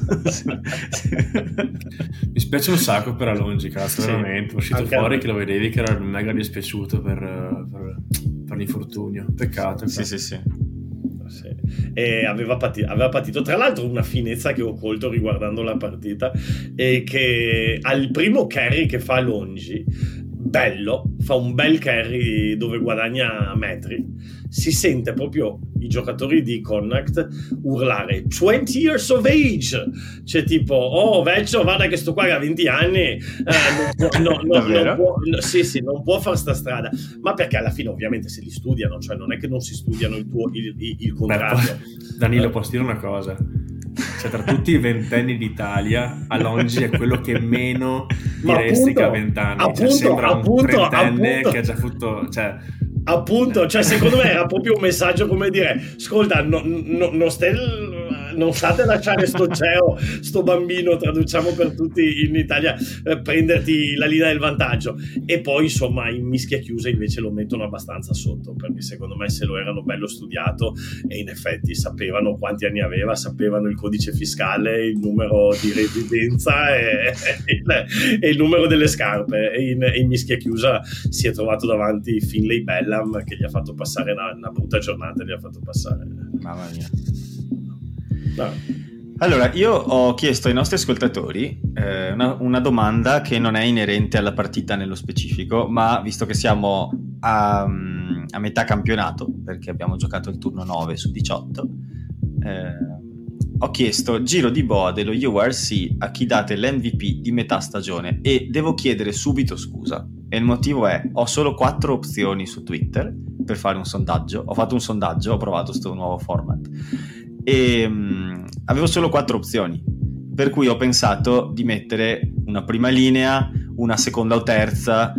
Mi spiace un sacco per Alongi, cazzo, sì, veramente è uscito fuori che lo vedevi che era mega dispiaciuto per, per, per l'infortunio, peccato, peccato. Sì sì sì, sì. E aveva patito, aveva patito tra l'altro una finezza che ho colto riguardando la partita è che al primo carry che fa Alongi, bello, fa un bel carry dove guadagna metri, si sente proprio i giocatori di Connacht urlare twenty years of age, cioè tipo oh vecchio guarda che sto qua che ha venti anni, eh, non può, no, no, non può, no, sì sì non può fare sta strada, ma perché alla fine ovviamente se li studiano, cioè non è che non si studiano il, tuo, il, il, il contrario. Beh, Danilo, eh. posso dire una cosa? Cioè, tra tutti i ventenni d'Italia, Alongi è quello che meno diresti che ha vent'anni. Cioè, sembra appunto, un trentenne appunto. che ha già fatto... Cioè... Appunto, cioè secondo me era proprio un messaggio come dire, ascolta, no, no, non stai... non state a lasciare sto ceo, sto bambino, traduciamo per tutti in Italia, eh, prenderti la linea del vantaggio. E poi insomma in mischia chiusa invece lo mettono abbastanza sotto, perché secondo me se lo erano bello studiato e in effetti sapevano quanti anni aveva, sapevano il codice fiscale, il numero di residenza e, e, il, e il numero delle scarpe, e in, in mischia chiusa si è trovato davanti Finlay Bellam che gli ha fatto passare una, una brutta giornata, gli ha fatto passare. Mamma mia. No. Allora, io ho chiesto ai nostri ascoltatori eh, una, una domanda che non è inerente alla partita nello specifico, ma visto che siamo a, a metà campionato, perché abbiamo giocato il turno nove su diciotto, eh, ho chiesto giro di boa dello U R C a chi date l'M V P di metà stagione, e devo chiedere subito scusa, e il motivo è ho solo quattro opzioni su Twitter per fare un sondaggio. Ho fatto un sondaggio, ho provato questo nuovo format e um, avevo solo quattro opzioni, per cui ho pensato di mettere una prima linea, una seconda o terza,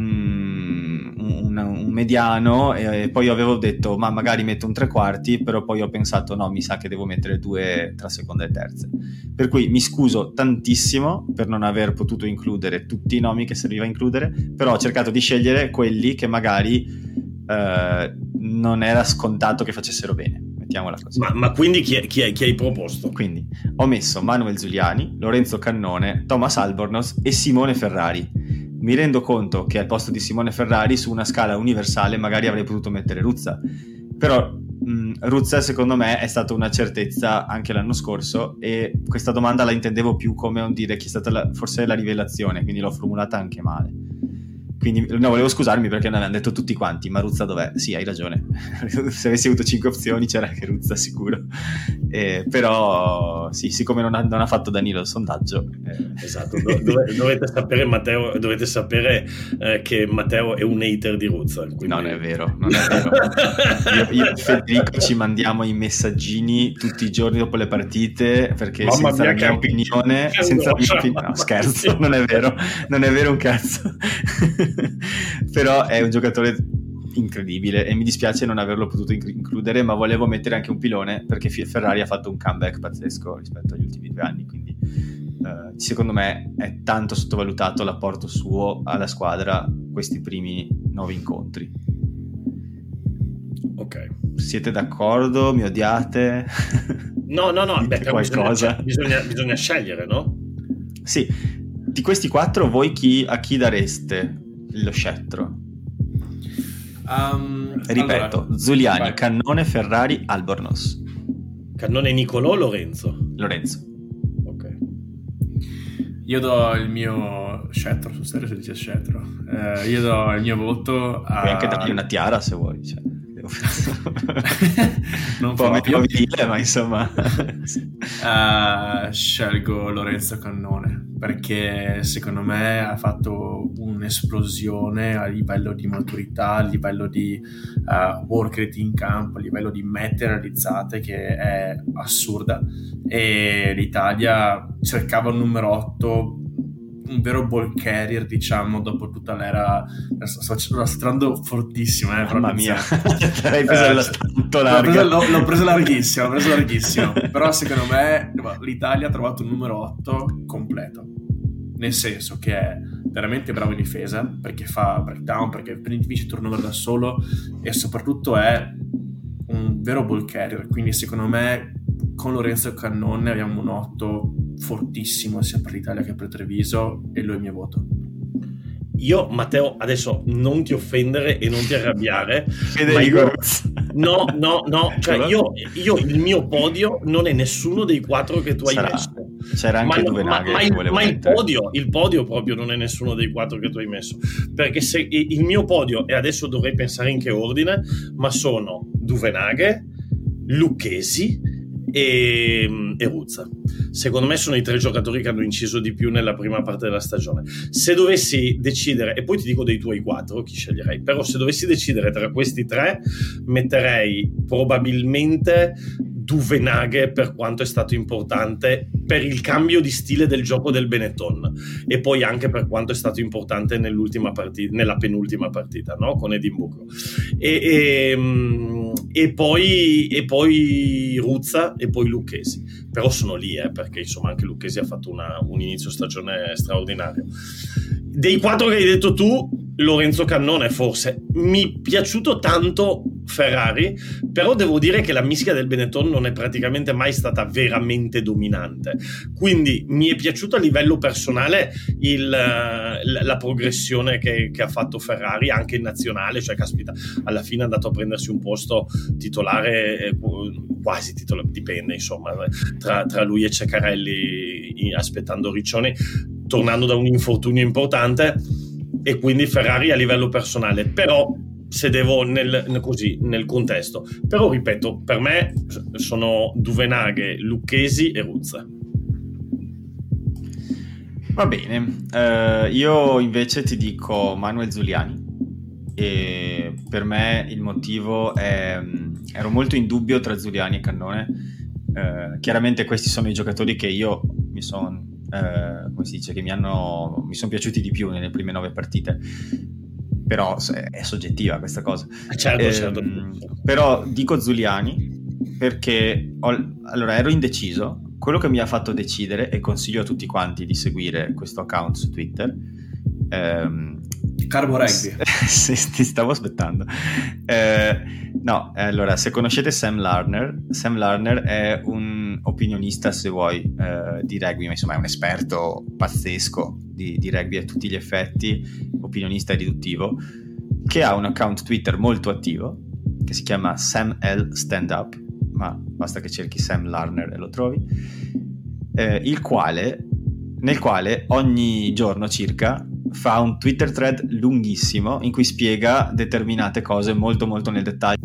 un, un, un mediano, e poi avevo detto ma magari metto un tre quarti, però poi ho pensato no, mi sa che devo mettere due tra seconda e terza, per cui mi scuso tantissimo per non aver potuto includere tutti i nomi che serviva a includere, però ho cercato di scegliere quelli che magari eh, non era scontato che facessero bene. Così. Ma, ma quindi chi, è, chi, è, chi hai proposto? Quindi ho messo Manuel Zuliani, Lorenzo Cannone, Thomas Albornoz e Simone Ferrari. Mi rendo conto che al posto di Simone Ferrari su una scala universale magari avrei potuto mettere Ruzza, però mh, Ruzza secondo me è stata una certezza anche l'anno scorso, e questa domanda la intendevo più come un dire chi è stata la, forse la rivelazione, quindi l'ho formulata anche male. Quindi no, volevo scusarmi perché ne avevano detto tutti quanti, ma Ruzza dov'è? Sì, hai ragione. Se avessi avuto cinque opzioni c'era anche Ruzza sicuro. Eh, però sì, siccome non ha, non ha fatto Danilo il sondaggio. Eh. Esatto, dov- dovete sapere Matteo, dovete sapere eh, che Matteo è un hater di Ruzza. Quindi... No, non è vero, non è vero. io, io e Federico ci mandiamo i messaggini tutti i giorni dopo le partite, perché Mamma senza mia, la mia opinione, senza la mia opinione, no scherzo, non è vero, non è vero un cazzo. Però è un giocatore incredibile e mi dispiace non averlo potuto includere, ma volevo mettere anche un pilone perché Ferrari ha fatto un comeback pazzesco rispetto agli ultimi due anni, quindi uh, secondo me è tanto sottovalutato l'apporto suo alla squadra questi primi nove incontri. Ok, siete d'accordo? Mi odiate? No, no, no, beh, qualcosa. Bisogna, bisogna, bisogna scegliere, no? Sì, di questi quattro voi chi, a chi dareste lo scettro? Um, Ripeto, allora, Zuliani, vai. Cannone, Ferrari, Albornoz. Cannone Nicolò o Lorenzo? Lorenzo. Ok. Io do il mio scettro, su serio se dice scettro. Eh, io do il mio voto a... Puoi anche dargli una tiara se vuoi. Cioè. non un po' proprio. meno vile, ma insomma... uh, scelgo Lorenzo Cannone perché secondo me ha fatto un'esplosione a livello di maturità, a livello di uh, work rate in campo, a livello di mette realizzate, che è assurda, e l'Italia cercava un numero otto, un vero ball carrier, diciamo, dopo tutta l'era. Sto, sto lastrando fortissimo, eh, mamma mia, l'hai preso eh, la tanto larga. L'ho, l'ho, l'ho preso larghissimo, l'ho preso larghissimo. Però secondo me l'Italia ha trovato un numero otto completo, nel senso che è veramente bravo in difesa, perché fa breakdown, perché vince turnover da solo, e soprattutto è un vero ball carrier. Quindi secondo me con Lorenzo Cannone abbiamo un otto fortissimo sia per l'Italia che per Treviso, e lui è il mio voto. Io, Matteo, adesso non ti offendere e non ti arrabbiare, Federico. ma io, no, no, no, cioè io, io il mio podio non è nessuno dei quattro che tu hai Sarà. messo. C'era anche ma, Duvenaghe, ma, che ma, il, ma il podio, il podio proprio non è nessuno dei quattro che tu hai messo, perché se il mio podio, e adesso dovrei pensare in che ordine, ma sono Duvenaghe, Lucchesi e, e Ruzza. Secondo me sono i tre giocatori che hanno inciso di più nella prima parte della stagione. Se dovessi decidere, e poi ti dico dei tuoi quattro chi sceglierei, però se dovessi decidere tra questi tre, metterei probabilmente Duvenaghe, per quanto è stato importante per il cambio di stile del gioco del Benetton, e poi anche per quanto è stato importante nell'ultima partita, nella penultima partita, no? Con Edimburgo, e, e, e poi e poi Ruzza e poi Lucchesi. Però sono lì, eh, perché insomma anche Lucchesi ha fatto una, un inizio stagione straordinario. Dei quattro che hai detto tu, Lorenzo Cannone forse. Mi è piaciuto tanto Ferrari, però devo dire che la mischia del Benetton non è praticamente mai stata veramente dominante, quindi mi è piaciuto a livello personale il, la, la progressione che, che ha fatto Ferrari anche in nazionale, cioè caspita, alla fine è andato a prendersi un posto titolare, eh, quasi titolare, dipende insomma, tra, tra lui e Ceccarelli, aspettando Riccioni, tornando da un infortunio importante, e quindi Ferrari a livello personale. Però se devo nel, così nel contesto, però ripeto, per me sono Duvenaghe, Lucchesi e Ruzza. Va bene, uh, io invece ti dico Manuel Zuliani, e per me il motivo è ero molto in dubbio tra Zuliani e Cannone. Uh, chiaramente questi sono i giocatori che io mi sono uh, come si dice, che mi hanno mi sono piaciuti di più nelle prime nove partite, però è soggettiva questa cosa. Certo, eh, certo. Però dico Zuliani perché ho, allora ero indeciso. Quello che mi ha fatto decidere, e consiglio a tutti quanti di seguire questo account su Twitter, ehm, Carbo Rugby. sì, ti stavo aspettando. Eh, no, allora, se conoscete Sam Larner, Sam Larner è un opinionista, se vuoi, eh, di rugby, ma insomma è un esperto pazzesco di, di rugby a tutti gli effetti, opinionista riduttivo, che ha un account Twitter molto attivo, che si chiama Sam L Stand Up, ma basta che cerchi Sam Larner e lo trovi, eh, il quale, nel quale ogni giorno circa fa un Twitter thread lunghissimo in cui spiega determinate cose molto molto nel dettaglio,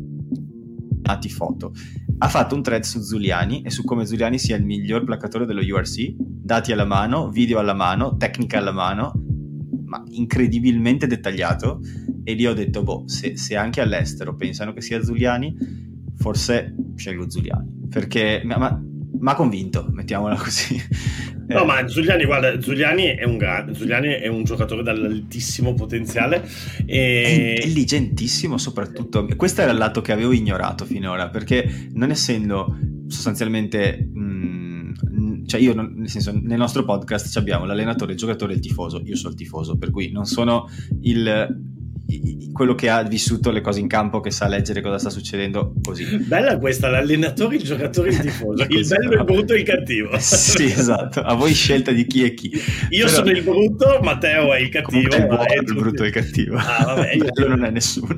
foto. Ha fatto un thread su Zuliani e su come Zuliani sia il miglior placcatore dello U R C, dati alla mano, video alla mano, tecnica alla mano, ma incredibilmente dettagliato, e lì ho detto, boh, se, se anche all'estero pensano che sia Zuliani, forse scelgo Zuliani, perché mi ha convinto, mettiamola così. No, eh. ma Zuliani, guarda, Zuliani è un grande, Zuliani è un giocatore dall'altissimo potenziale e è intelligentissimo soprattutto. Questo era il lato che avevo ignorato finora, perché non essendo sostanzialmente mh, cioè io non, nel senso, nel nostro podcast abbiamo l'allenatore, il giocatore e il tifoso. Io sono il tifoso, per cui non sono il quello che ha vissuto le cose in campo, che sa leggere cosa sta succedendo così. Bella questa, l'allenatore, il giocatore e il tifoso. Il bello, il brutto e il cattivo. Sì, esatto, a voi scelta di chi è chi. Io Però, sono il brutto, Matteo è il cattivo. È il buono, il brutto e il cattivo. Ah, vabbè, io... bello non è nessuno.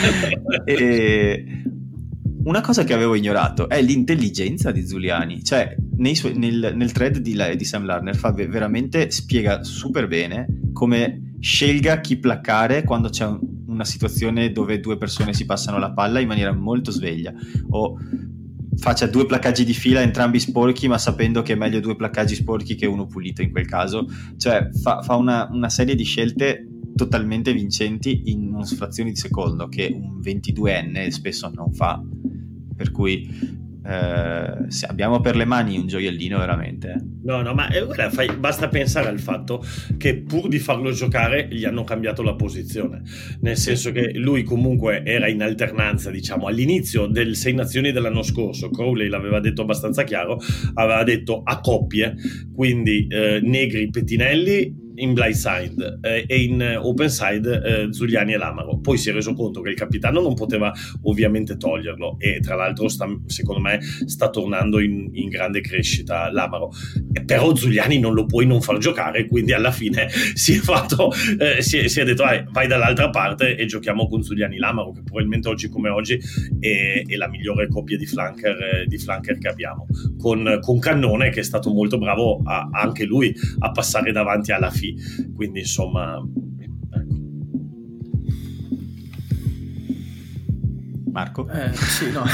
E una cosa che avevo ignorato è l'intelligenza di Zuliani, cioè nei suoi, nel, nel thread di, di Sam Larner fa veramente, spiega super bene come scelga chi placcare quando c'è un, una situazione dove due persone si passano la palla in maniera molto sveglia, o faccia due placcaggi di fila entrambi sporchi ma sapendo che è meglio due placcaggi sporchi che uno pulito in quel caso, cioè fa, fa una, una serie di scelte totalmente vincenti in una frazione di secondo che un ventiduenne spesso non fa, per cui eh, se abbiamo per le mani un gioiellino veramente. No, no, ma eh, guarda, fai, basta pensare al fatto che pur di farlo giocare gli hanno cambiato la posizione, nel senso che lui comunque era in alternanza, diciamo, all'inizio del Sei Nazioni dell'anno scorso. Crowley l'aveva detto abbastanza chiaro, aveva detto a coppie, quindi eh, Negri, Pettinelli in blind side eh, e in eh, open side eh, Zuliani e Lamaro. Poi si è reso conto che il capitano non poteva ovviamente toglierlo, e tra l'altro sta, secondo me sta tornando in, in grande crescita Lamaro, e però Zuliani non lo puoi non far giocare, quindi alla fine si è fatto eh, si, è, si è detto vai, vai dall'altra parte e giochiamo con Zuliani Lamaro, che probabilmente oggi come oggi è, è la migliore coppia di flanker, eh, di flanker che abbiamo, con, con Cannone, che è stato molto bravo a, anche lui a passare davanti alla fine. Quindi insomma, ecco. Marco? Eh, sì, no,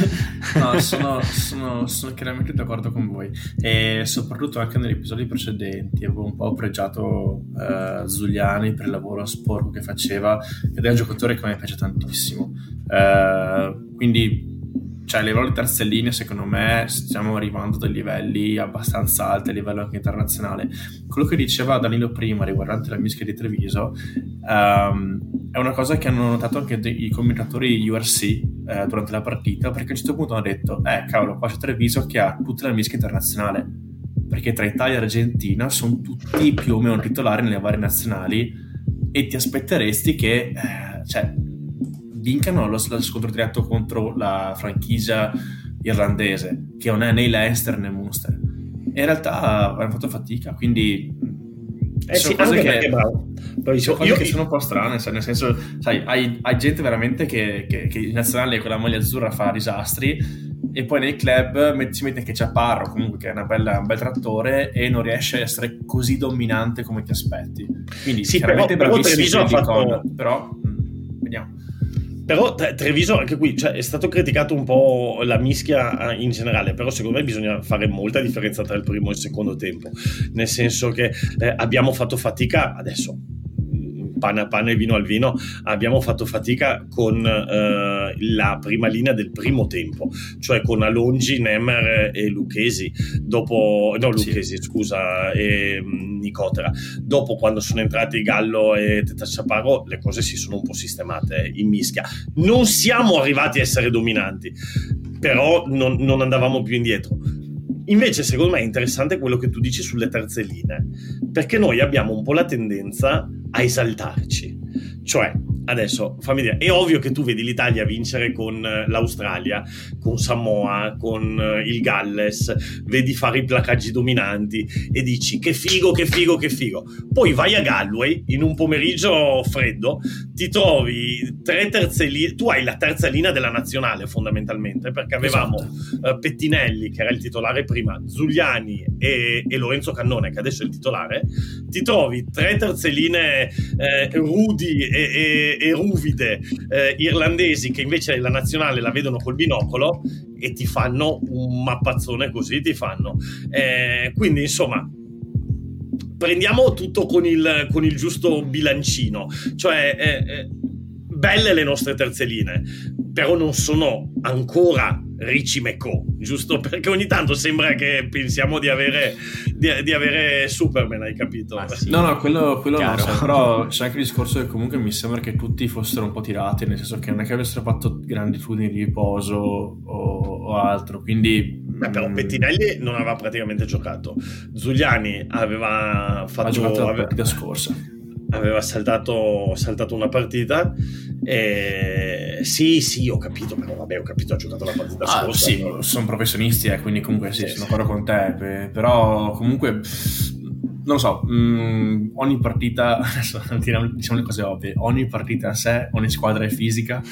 no sono, sono, sono chiaramente d'accordo con voi, e soprattutto anche negli episodi precedenti avevo un po' pregiato eh, Zuliani per il lavoro sporco che faceva, ed è un giocatore che a me piace tantissimo, eh, quindi cioè a livello di terze linee secondo me stiamo arrivando a dei livelli abbastanza alti a livello anche internazionale. Quello che diceva Danilo prima riguardante la mischia di Treviso um, è una cosa che hanno notato anche dei, i commentatori U R C eh, durante la partita, perché a un certo punto hanno detto eh cavolo, qua c'è Treviso che ha tutta la mischia internazionale, perché tra Italia e Argentina sono tutti più o meno titolari nelle varie nazionali, e ti aspetteresti che eh, cioè vincano lo, lo scontro diretto contro la franchigia irlandese, che non è né Leicester né Munster, e in realtà hanno fatto fatica, quindi eh sono sì, cose, che, bravo. Sono cose io... che sono un po' strane, nel senso, sai, hai, hai gente veramente che, che, che in nazionale con la maglia azzurra fa disastri, e poi nei club si mette che c'è Parro comunque, che è una bella, un bel trattore, e non riesce a essere così dominante come ti aspetti. Quindi sì, chiaramente però, però bravissimi ha fatto... con, però mh, vediamo. Però Treviso anche qui, cioè, è stato criticato un po' la mischia in generale, però secondo me bisogna fare molta differenza tra il primo e il secondo tempo, nel senso che eh, abbiamo fatto fatica adesso, pane a pane e vino al vino, abbiamo fatto fatica con eh, la prima linea del primo tempo, cioè con Alongi, Nemer e Lucchesi, dopo no Lucchesi sì. scusa e um, Nicotera. Dopo, quando sono entrati Gallo e Teta Chaparro, le cose si sono un po' sistemate in mischia. Non siamo arrivati a essere dominanti, però non, non andavamo più indietro. Invece secondo me è interessante quello che tu dici sulle terze linee, perché noi abbiamo un po' la tendenza a esaltarci, cioè adesso fammi dire, è ovvio che tu vedi l'Italia vincere con l'Australia, con Samoa, con il Galles, vedi fare i placaggi dominanti e dici che figo, che figo, che figo. Poi vai a Galway in un pomeriggio freddo, ti trovi tre terze linee, tu hai la terza linea della nazionale fondamentalmente, perché avevamo esatto. uh, Pettinelli che era il titolare prima, Zuliani e, e Lorenzo Cannone che adesso è il titolare. Ti trovi tre terze linee eh, rudi e, e, e ruvide eh, irlandesi che invece la nazionale la vedono col binocolo e ti fanno un mappazzone così, ti fanno eh, quindi insomma prendiamo tutto con il, con il giusto bilancino, cioè eh, eh, belle le nostre terze linee, però non sono ancora Ricci McCaw, giusto perché ogni tanto sembra che pensiamo di avere di, di avere Superman, hai capito? Ah, sì. No, no, quello, quello no, so, però c'è anche il discorso che comunque mi sembra che tutti fossero un po' tirati, nel senso che non è che avessero fatto grandi turni di riposo o, o altro, quindi... Beh, però Pettinelli non aveva praticamente giocato, Zuliani aveva fatto... Ha giocato la aveva... partita scorsa. aveva saltato, saltato una partita e... sì sì ho capito, però vabbè ho capito, ha giocato la partita ah, scorsa sì, no? Sono professionisti eh, quindi comunque sì, sì sono sì. d'accordo con te, però comunque non lo so, mh, ogni partita adesso diciamo le cose ovvie, ogni partita a sé, ogni squadra è fisica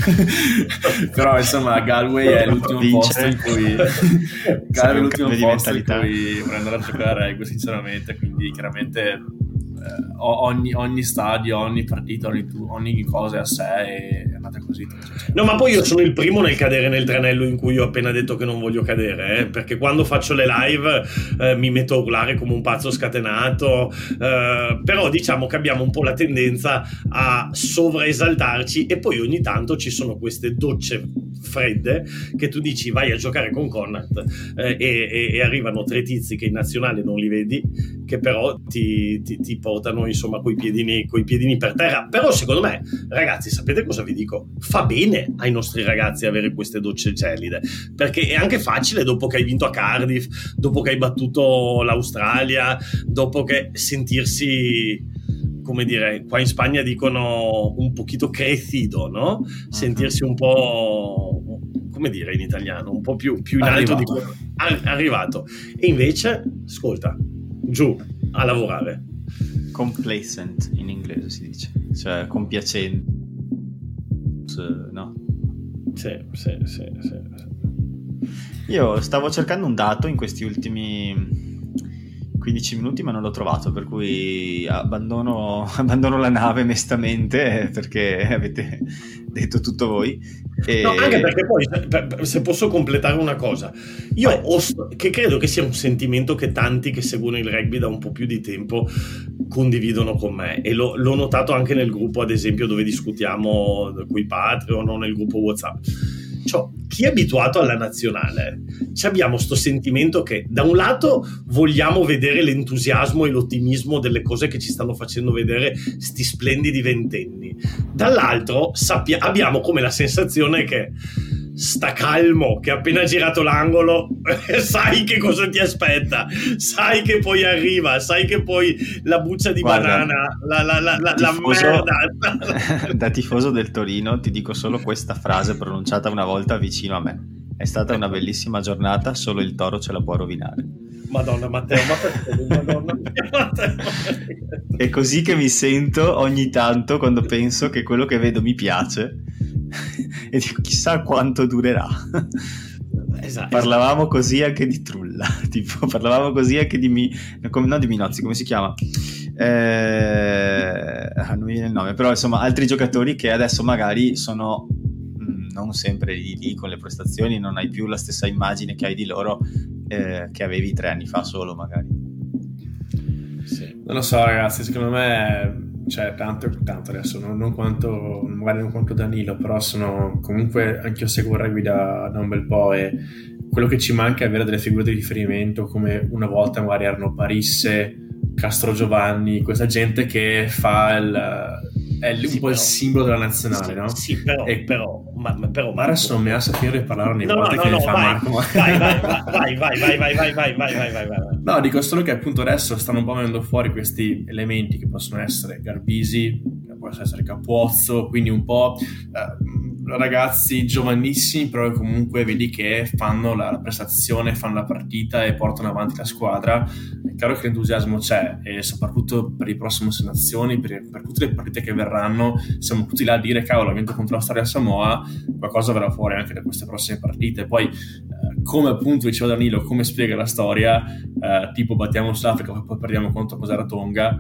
però insomma Galway è l'ultimo posto in cui Galway è l'ultimo posto in cui vorrei andare a giocare a rugby sinceramente, quindi chiaramente Eh, ogni, ogni stadio, ogni partita, ogni, ogni cosa è a sé e è andata così. No, ma poi io sono il primo nel cadere nel tranello in cui ho appena detto che non voglio cadere, eh, perché quando faccio le live eh, mi metto a urlare come un pazzo scatenato, eh, però diciamo che abbiamo un po' la tendenza a sovraesaltarci e poi ogni tanto ci sono queste docce fredde che tu dici vai a giocare con Connacht eh, e, e arrivano tre tizi che in nazionale non li vedi, che però ti, ti, ti portano insomma coi piedini, coi piedini per terra. Però secondo me, ragazzi, sapete cosa vi dico? Fa bene ai nostri ragazzi avere queste docce gelide, perché è anche facile dopo che hai vinto a Cardiff, dopo che hai battuto l'Australia, dopo che sentirsi, come dire, qua in Spagna dicono un pochino crecido, no? Sentirsi un po', come dire in italiano, un po' più, più in alto di quello arrivato. E invece, ascolta, giù a lavorare. Complacent in inglese si dice, cioè compiacente, no? Sì, sì, sì, sì. Io stavo cercando un dato in questi ultimi quindici minuti ma non l'ho trovato, per cui abbandono, abbandono la nave mestamente perché avete detto tutto voi. E... No, anche perché poi, se posso completare una cosa, io ho, che credo che sia un sentimento che tanti che seguono il rugby da un po' più di tempo condividono con me, e lo, l'ho notato anche nel gruppo, ad esempio, dove discutiamo coi Patreon o nel gruppo WhatsApp. Cioè, chi è abituato alla nazionale, abbiamo sto sentimento che da un lato vogliamo vedere l'entusiasmo e l'ottimismo delle cose che ci stanno facendo vedere sti splendidi ventenni, dall'altro sappia, abbiamo come la sensazione che sta calmo, che appena girato l'angolo sai che cosa ti aspetta, sai che poi arriva, sai che poi la buccia di Guarda, banana, la, la, la, la, tifoso, la merda. Da tifoso del Torino ti dico solo questa frase pronunciata una volta vicino a me: è stata una bellissima giornata, solo il toro ce la può rovinare. Madonna Matteo, ma perché? Madonna Matteo. È così che mi sento ogni tanto quando penso che quello che vedo mi piace e dico chissà quanto durerà. Esatto. Parlavamo così anche di Trulla, tipo parlavamo così anche di mi, come, no di Minozzi, come si chiama? Eh, non mi viene il nome, però insomma altri giocatori che adesso magari sono mh, non sempre lì, lì con le prestazioni, non hai più la stessa immagine che hai di loro eh, che avevi tre anni fa solo magari. Sì. Non lo so ragazzi, secondo me cioè tanto, tanto adesso non, non quanto magari non quanto Danilo, però sono comunque anche io seguo il rugby da, da un bel po' e quello che ci manca è avere delle figure di riferimento come una volta magari erano Parisse, Castro Giovanni, questa gente che fa il è un sì, po' però, il simbolo della nazionale, sì, no? Sì, però, e, però, ma, ma, però ma adesso non mi ha sapere di parlare ogni no, volta no, che no, ne fa vai, Marco. Vai, vai, vai, vai, vai, vai, vai, vai, vai, vai, vai, vai, vai. No, dico solo che appunto adesso stanno un po' venendo fuori questi elementi che possono essere Garbisi, può essere Capuozzo, quindi un po' eh, ragazzi giovanissimi, però comunque vedi che fanno la, la prestazione, fanno la partita e portano avanti la squadra. È chiaro che l'entusiasmo c'è, e soprattutto per le prossime nazioni, per, per tutte le partite che verranno, siamo tutti là a dire cavolo, ha vinto contro l'Australia e Samoa, qualcosa verrà fuori anche da queste prossime partite. Poi eh, come appunto diceva Danilo, come spiega la storia, eh, tipo battiamo Sudafrica poi perdiamo contro Tonga,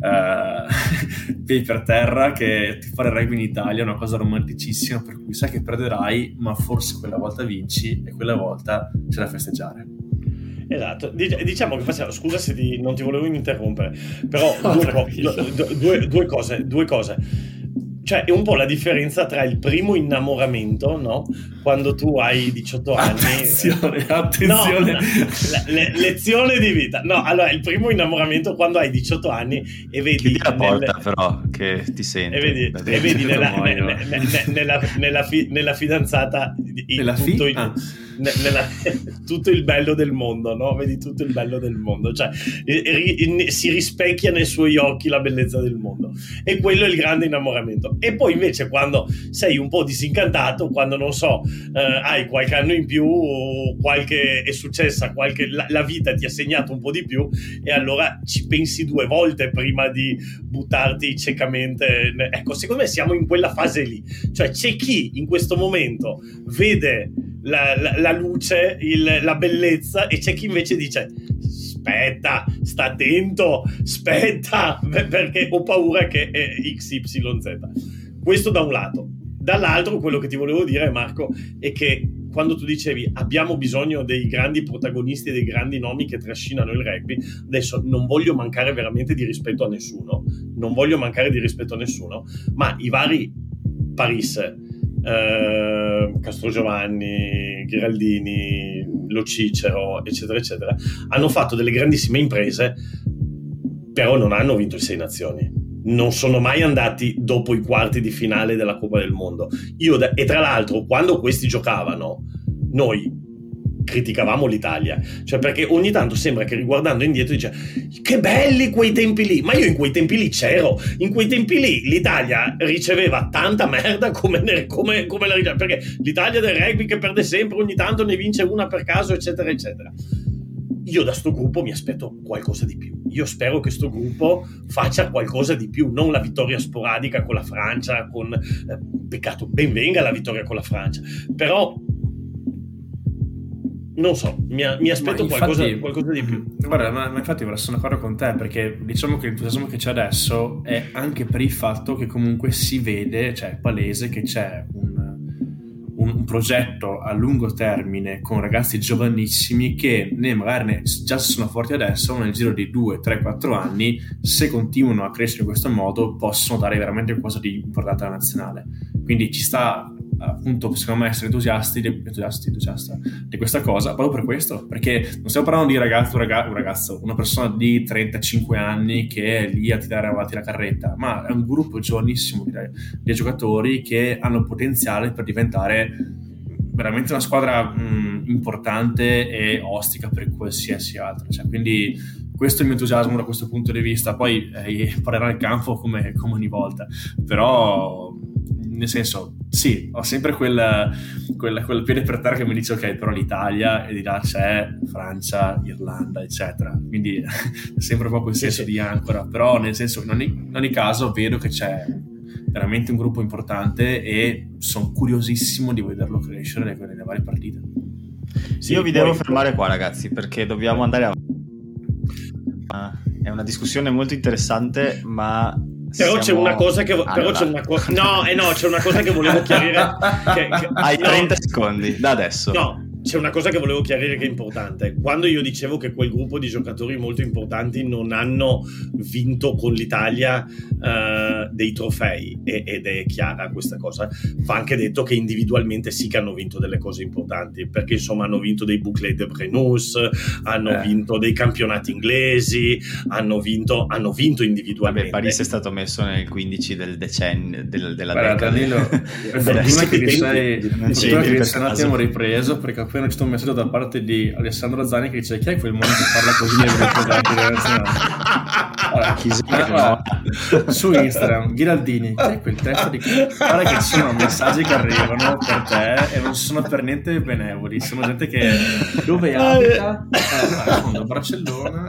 eh, piedi per terra, che ti fare rugby in Italia è una cosa romanticissima, per cui sai che perderai, ma forse quella volta vinci e quella volta c'è da festeggiare. Esatto, diciamo che facciamo, scusa se ti, non ti volevo interrompere, però due, co- due, due cose, due cose. Cioè è un po' la differenza tra il primo innamoramento, no? Quando tu hai diciotto anni. Attenzione, attenzione. No, no, le, lezione di vita. No, allora il primo innamoramento quando hai diciotto anni e vedi. Chiudi la porta, nelle, però, che ti senti. E vedi, e vedi nella, ne, ne, ne, nella, nella, fi, nella fidanzata nella tutto, fi? il, ah. ne, nella, tutto il bello del mondo, no? Vedi tutto il bello del mondo. Cioè ri, si rispecchia nei suoi occhi la bellezza del mondo. E quello è il grande innamoramento. E poi invece quando sei un po' disincantato, quando non so, eh, hai qualche anno in più, qualche è successa qualche la, la vita ti ha segnato un po' di più, e allora ci pensi due volte prima di buttarti ciecamente. Ecco, secondo me siamo in quella fase lì. Cioè c'è chi in questo momento vede la, la, la luce, il, la bellezza, e c'è chi invece dice aspetta, sta attento, aspetta, perché ho paura che è X Y Z. Questo da un lato. Dall'altro, quello che ti volevo dire, Marco, è che quando tu dicevi abbiamo bisogno dei grandi protagonisti e dei grandi nomi che trascinano il rugby, adesso non voglio mancare veramente di rispetto a nessuno, non voglio mancare di rispetto a nessuno, ma i vari Paris, eh, Castrogiovanni, Ghiraldini, Lo Cicero, eccetera, eccetera, hanno fatto delle grandissime imprese, però non hanno vinto il Sei Nazioni. Non sono mai andati dopo i quarti di finale della Coppa del Mondo. Io da, e tra l'altro, quando questi giocavano, noi criticavamo l'Italia, cioè perché ogni tanto sembra che riguardando indietro dice che belli quei tempi lì, ma io in quei tempi lì c'ero, in quei tempi lì l'Italia riceveva tanta merda come, come, come la riceve, perché l'Italia del rugby che perde sempre, ogni tanto ne vince una per caso, eccetera eccetera. Io da sto gruppo mi aspetto qualcosa di più. Io spero che sto gruppo faccia qualcosa di più, non la vittoria sporadica con la Francia, con eh, peccato, ben venga la vittoria con la Francia, però non so, mi, mi aspetto infatti, qualcosa, qualcosa di più. Guarda, ma, ma infatti ora sono d'accordo con te, perché diciamo che l'entusiasmo che c'è adesso è anche per il fatto che comunque si vede, cioè è palese che c'è un un progetto a lungo termine con ragazzi giovanissimi che ne magari ne già sono forti adesso, ma nel giro di due, tre, quattro anni, se continuano a crescere in questo modo, possono dare veramente qualcosa di importante alla nazionale. Quindi ci sta appunto, secondo me, essere entusiasti di, entusiasti, entusiasta di questa cosa proprio per questo, perché non stiamo parlando di ragazzo, un ragazzo, un ragazzo, una persona di trentacinque anni che è lì a tirare avanti la carretta, ma è un gruppo giovanissimo di, di giocatori che hanno potenziale per diventare veramente una squadra mh, importante e ostica per qualsiasi altro, cioè, quindi questo è il mio entusiasmo da questo punto di vista. Poi eh, parlerà il campo come, come ogni volta, però nel senso, sì, ho sempre quel, quel, quel piede per terra che mi dice ok, però l'Italia, e di là c'è Francia, Irlanda, eccetera, quindi è sempre un po' quel senso di ancora, però nel senso, in ogni, in ogni caso vedo che c'è veramente un gruppo importante e sono curiosissimo di vederlo crescere nelle, nelle varie partite. Sì, io vi devo fermare qua, ragazzi, perché dobbiamo andare avanti. È una discussione molto interessante, ma però c'è una cosa che allora. però c'è una cosa no e eh no c'è una cosa che volevo chiarire che, che... hai no. trenta secondi da adesso. No, c'è una cosa che volevo chiarire che è importante. Quando io dicevo che quel gruppo di giocatori molto importanti non hanno vinto con l'Italia uh, dei trofei, e, ed è chiara questa cosa, va anche detto che individualmente sì che hanno vinto delle cose importanti, perché insomma hanno vinto dei Bouclés de Brennus, hanno eh. vinto dei campionati inglesi, hanno vinto, hanno vinto individualmente. Vabbè, Paris è stato messo nel quindici del decennio del, della Guarda, decada. Per fortuna che ti sei un attimo ripreso, perché appena c'è un messaggio da parte di Alessandro Zani che dice chi è quel mondo che parla così nei nazionali. Allora, Chisano. Su Instagram, Ghiraldini, che è quel testo di... Guarda che ci sono messaggi che arrivano per te e non sono per niente benevoli, sono gente che dove abita? Eh, fondo Barcellona,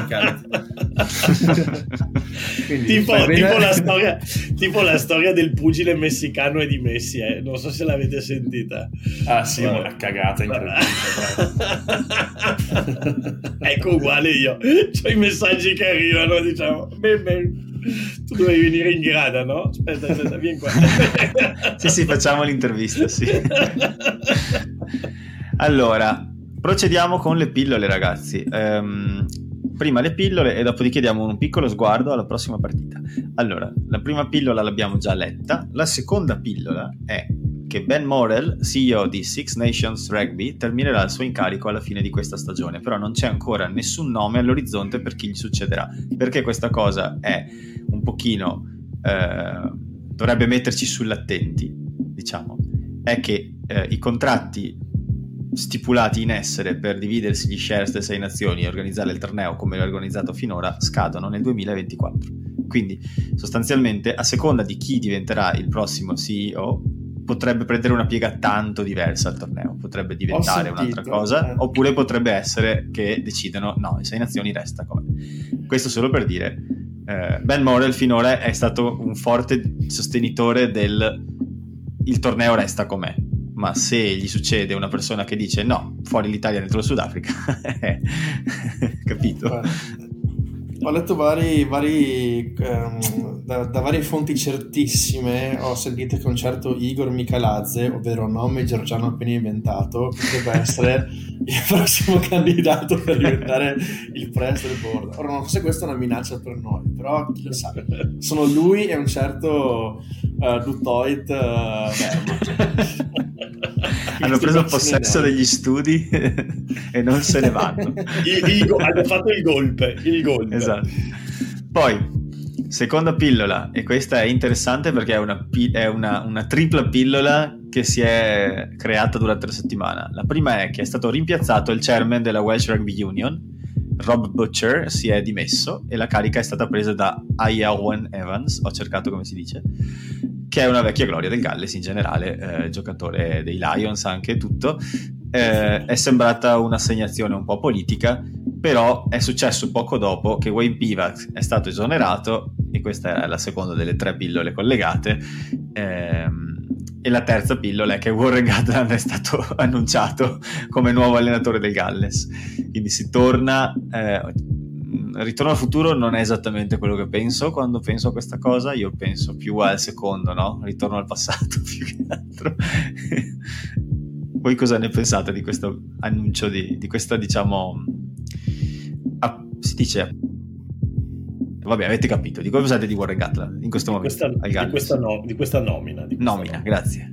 Quindi, tipo, tipo, la storia, tipo la storia del pugile messicano e di Messi, eh. Non so se l'avete sentita. Ah sì, ma una cagata incredibile. Ecco, uguale io, c'ho i messaggi che arrivano, diciamo, beh, beh, tu dovevi venire in grada, no? Aspetta, aspetta, vieni qua. Sì, sì, facciamo l'intervista, sì. Allora, procediamo con le pillole, ragazzi. Um, prima le pillole e dopodiché diamo un piccolo sguardo alla prossima partita. Allora, la prima pillola l'abbiamo già letta, la seconda pillola è che Ben Morrell, C E O di Six Nations Rugby, terminerà il suo incarico alla fine di questa stagione, però non c'è ancora nessun nome all'orizzonte per chi gli succederà, perché questa cosa è un pochino eh, dovrebbe metterci sull'attenti, diciamo, è che eh, i contratti stipulati in essere per dividersi gli shares delle sei nazioni e organizzare il torneo come l'ha organizzato finora scadono nel duemilaventiquattro, quindi sostanzialmente a seconda di chi diventerà il prossimo C E O potrebbe prendere una piega tanto diversa al torneo, potrebbe diventare sentito, un'altra cosa, eh. oppure potrebbe essere che decidano no, le sei nazioni resta come. Questo solo per dire eh, Ben Morrell finora è stato un forte sostenitore del il torneo resta com'è, ma se gli succede una persona che dice no, fuori l'Italia dentro il Sudafrica, capito? Ho letto vari, vari um, da, da varie fonti certissime, ho sentito che un certo Igor Michalazze, ovvero nome georgiano appena inventato, potrebbe essere il prossimo candidato per diventare il presidente del board. Ora non so se questa è una minaccia per noi, però chi lo sa. Sono lui e un certo uh, Dutoit uh, hanno preso possesso degli studi e non se ne vanno. il, il, hanno fatto il golpe, il golpe. Esatto. Poi seconda pillola, e questa è interessante perché è una, è una, una tripla pillola che si è creata durante la settimana. La prima è che è stato rimpiazzato il chairman della Welsh Rugby Union, Rob Butcher, si è dimesso e la carica è stata presa da Iwan Evans, ho cercato come si dice, che è una vecchia gloria del Galles in generale, eh, giocatore dei Lions anche tutto. Eh, è sembrata un'assegnazione un po' politica, però è successo poco dopo che Wayne Pivac è stato esonerato, e questa è la seconda delle tre pillole collegate, ehm, e la terza pillola è che Warren Gatland è stato annunciato come nuovo allenatore del Galles, quindi si torna eh, Ritorno al futuro non è esattamente quello che penso quando penso a questa cosa, io penso più al secondo, no? Ritorno al passato più che altro. Voi cosa ne pensate di questo annuncio, di, di questa, diciamo, ah, si dice, vabbè, avete capito, di cosa pensate di Warren Gatland in questo di momento? Questa, al di, questa no, di questa nomina. Di questa nomina, nomina, grazie.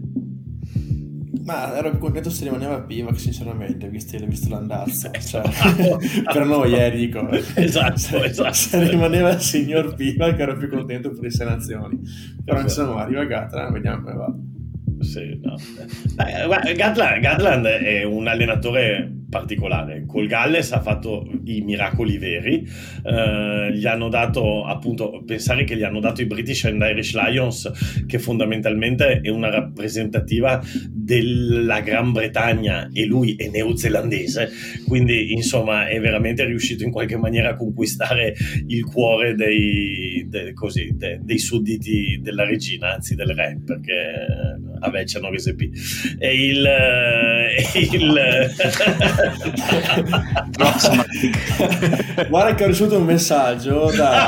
Ma ero più contento se rimaneva Pivac, sinceramente, visto, visto l'andazzo. Cioè, per noi, eh, dico. Esatto, se, esatto. Se rimaneva il signor Pivac ero più contento per le sei nazioni. Però insomma, arriva Gatland, vediamo come va. Sì, no. Beh, Gatland, Gatland è un allenatore particolare. Col Galles ha fatto i miracoli veri. Uh, gli hanno dato, appunto, pensare che gli hanno dato i British and Irish Lions, che fondamentalmente è una rappresentativa della Gran Bretagna, e lui è neozelandese, quindi insomma è veramente riuscito in qualche maniera a conquistare il cuore dei, de, così, de, dei sudditi della regina, anzi del re, perché a Vecchia non rese più. E il, il guarda che ho ricevuto un messaggio da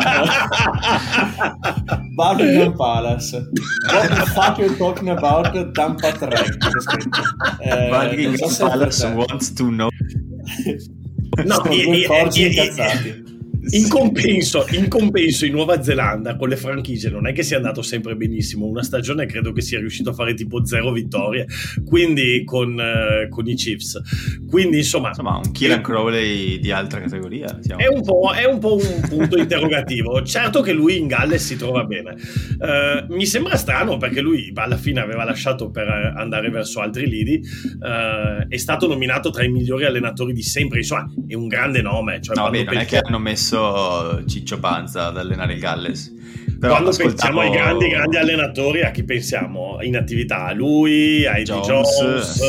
Buckingham Palace. What the fuck are you talking about? Dampatrek. Eh, Buckingham so Palace wants to know. No, sono due porci incazzati. In compenso, in compenso in Nuova Zelanda con le franchigie non è che sia andato sempre benissimo. Una stagione credo che sia riuscito a fare tipo zero vittorie, quindi con, uh, con i Chiefs, quindi insomma, insomma un Kieran Crowley di altra categoria, diciamo. è, un po', è un po' un punto interrogativo. Certo che lui in Galles si trova bene, uh, mi sembra strano perché lui alla fine aveva lasciato per andare verso altri lidi, uh, è stato nominato tra i migliori allenatori di sempre, insomma è un grande nome, cioè, no beh, non penso... è che hanno messo messo Ciccio Panza ad allenare il Galles. Però quando ascoltavo... pensiamo ai grandi grandi allenatori, a chi pensiamo in attività? A lui, a Eddie Jones, Jones sì.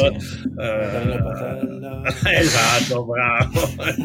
eh, esatto, bravo.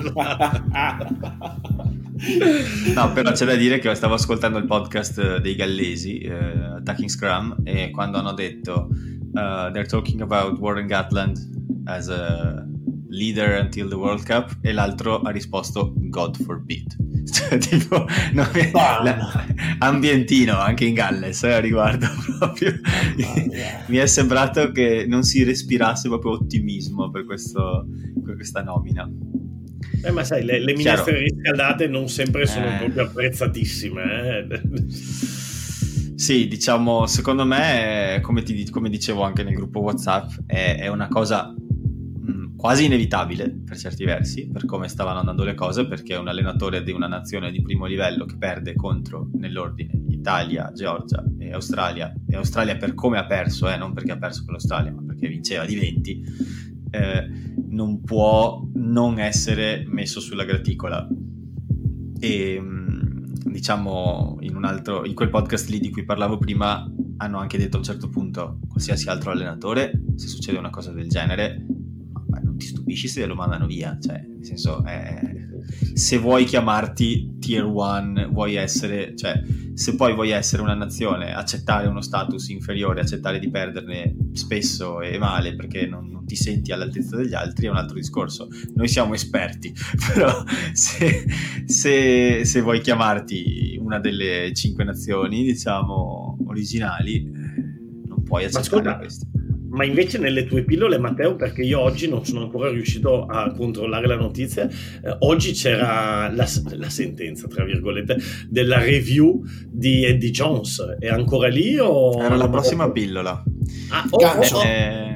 No, però c'è da dire che stavo ascoltando il podcast dei gallesi, eh, Attacking Scrum, e quando hanno detto uh, they're talking about Warren Gatland as a leader until the World Cup, e l'altro ha risposto God forbid. Cioè, tipo, no, la, ambientino anche in Galles eh, a riguardo proprio. Mi è sembrato che non si respirasse proprio ottimismo per, questo, per questa nomina. Eh, ma sai, le, le minestre riscaldate non sempre sono eh. proprio apprezzatissime. Eh. Sì, diciamo, secondo me, come, ti, come dicevo anche nel gruppo WhatsApp, è, è una cosa mh, quasi inevitabile per certi versi, per come stavano andando le cose, perché un allenatore di una nazione di primo livello che perde contro, nell'ordine, Italia, Georgia e Australia, e Australia per come ha perso, eh, non perché ha perso con l'Australia, ma perché vinceva di venti, eh, non può non essere messo sulla graticola. E diciamo in un altro, in quel podcast lì di cui parlavo prima, hanno anche detto a un certo punto: qualsiasi altro allenatore, se succede una cosa del genere, beh, non ti stupisci se lo mandano via, cioè nel senso, eh, se vuoi chiamarti tier one, vuoi essere, cioè se poi vuoi essere una nazione, accettare uno status inferiore, accettare di perderne spesso e male perché non, non ti senti all'altezza degli altri, è un altro discorso. Noi siamo esperti, però se, se, se vuoi chiamarti una delle cinque nazioni, diciamo, originali, non puoi accettare questo. Ma invece nelle tue pillole, Matteo, perché io oggi non sono ancora riuscito a controllare la notizia, eh, oggi c'era la, la sentenza, tra virgolette, della review di Eddie Jones. È ancora lì o... Era la prossima pillola. Ah, oh, eh,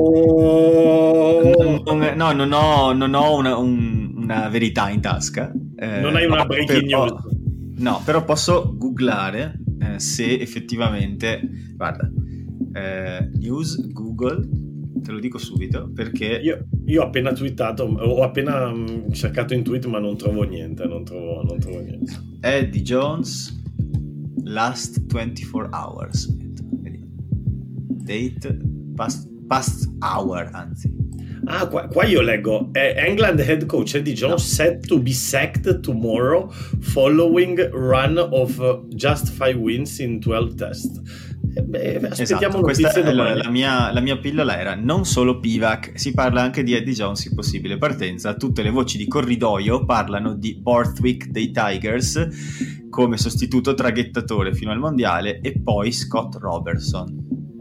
oh. Non, no, non ho, non ho una, un, una verità in tasca. Eh, non hai una breaking però, news? No, però posso googlare eh, se effettivamente... Guarda, eh, news, Google, te lo dico subito, perché... Io, io ho appena twittato, ho appena mh, cercato in tweet, ma non trovo niente, non trovo, non trovo niente. Eddie Jones, last twenty-four hours. Date, past, past hour, anzi. Ah, qua, qua io leggo eh, England head coach Eddie Jones no. set to be sacked tomorrow following run of uh, just five wins in twelve test. Eh, beh, aspettiamo esatto, questa è la, domani. la, mia, la mia pillola era non solo Pivac, si parla anche di Eddie Jones in possibile partenza. Tutte le voci di corridoio parlano di Borthwick dei Tigers come sostituto traghettatore fino al mondiale, e poi Scott Robertson.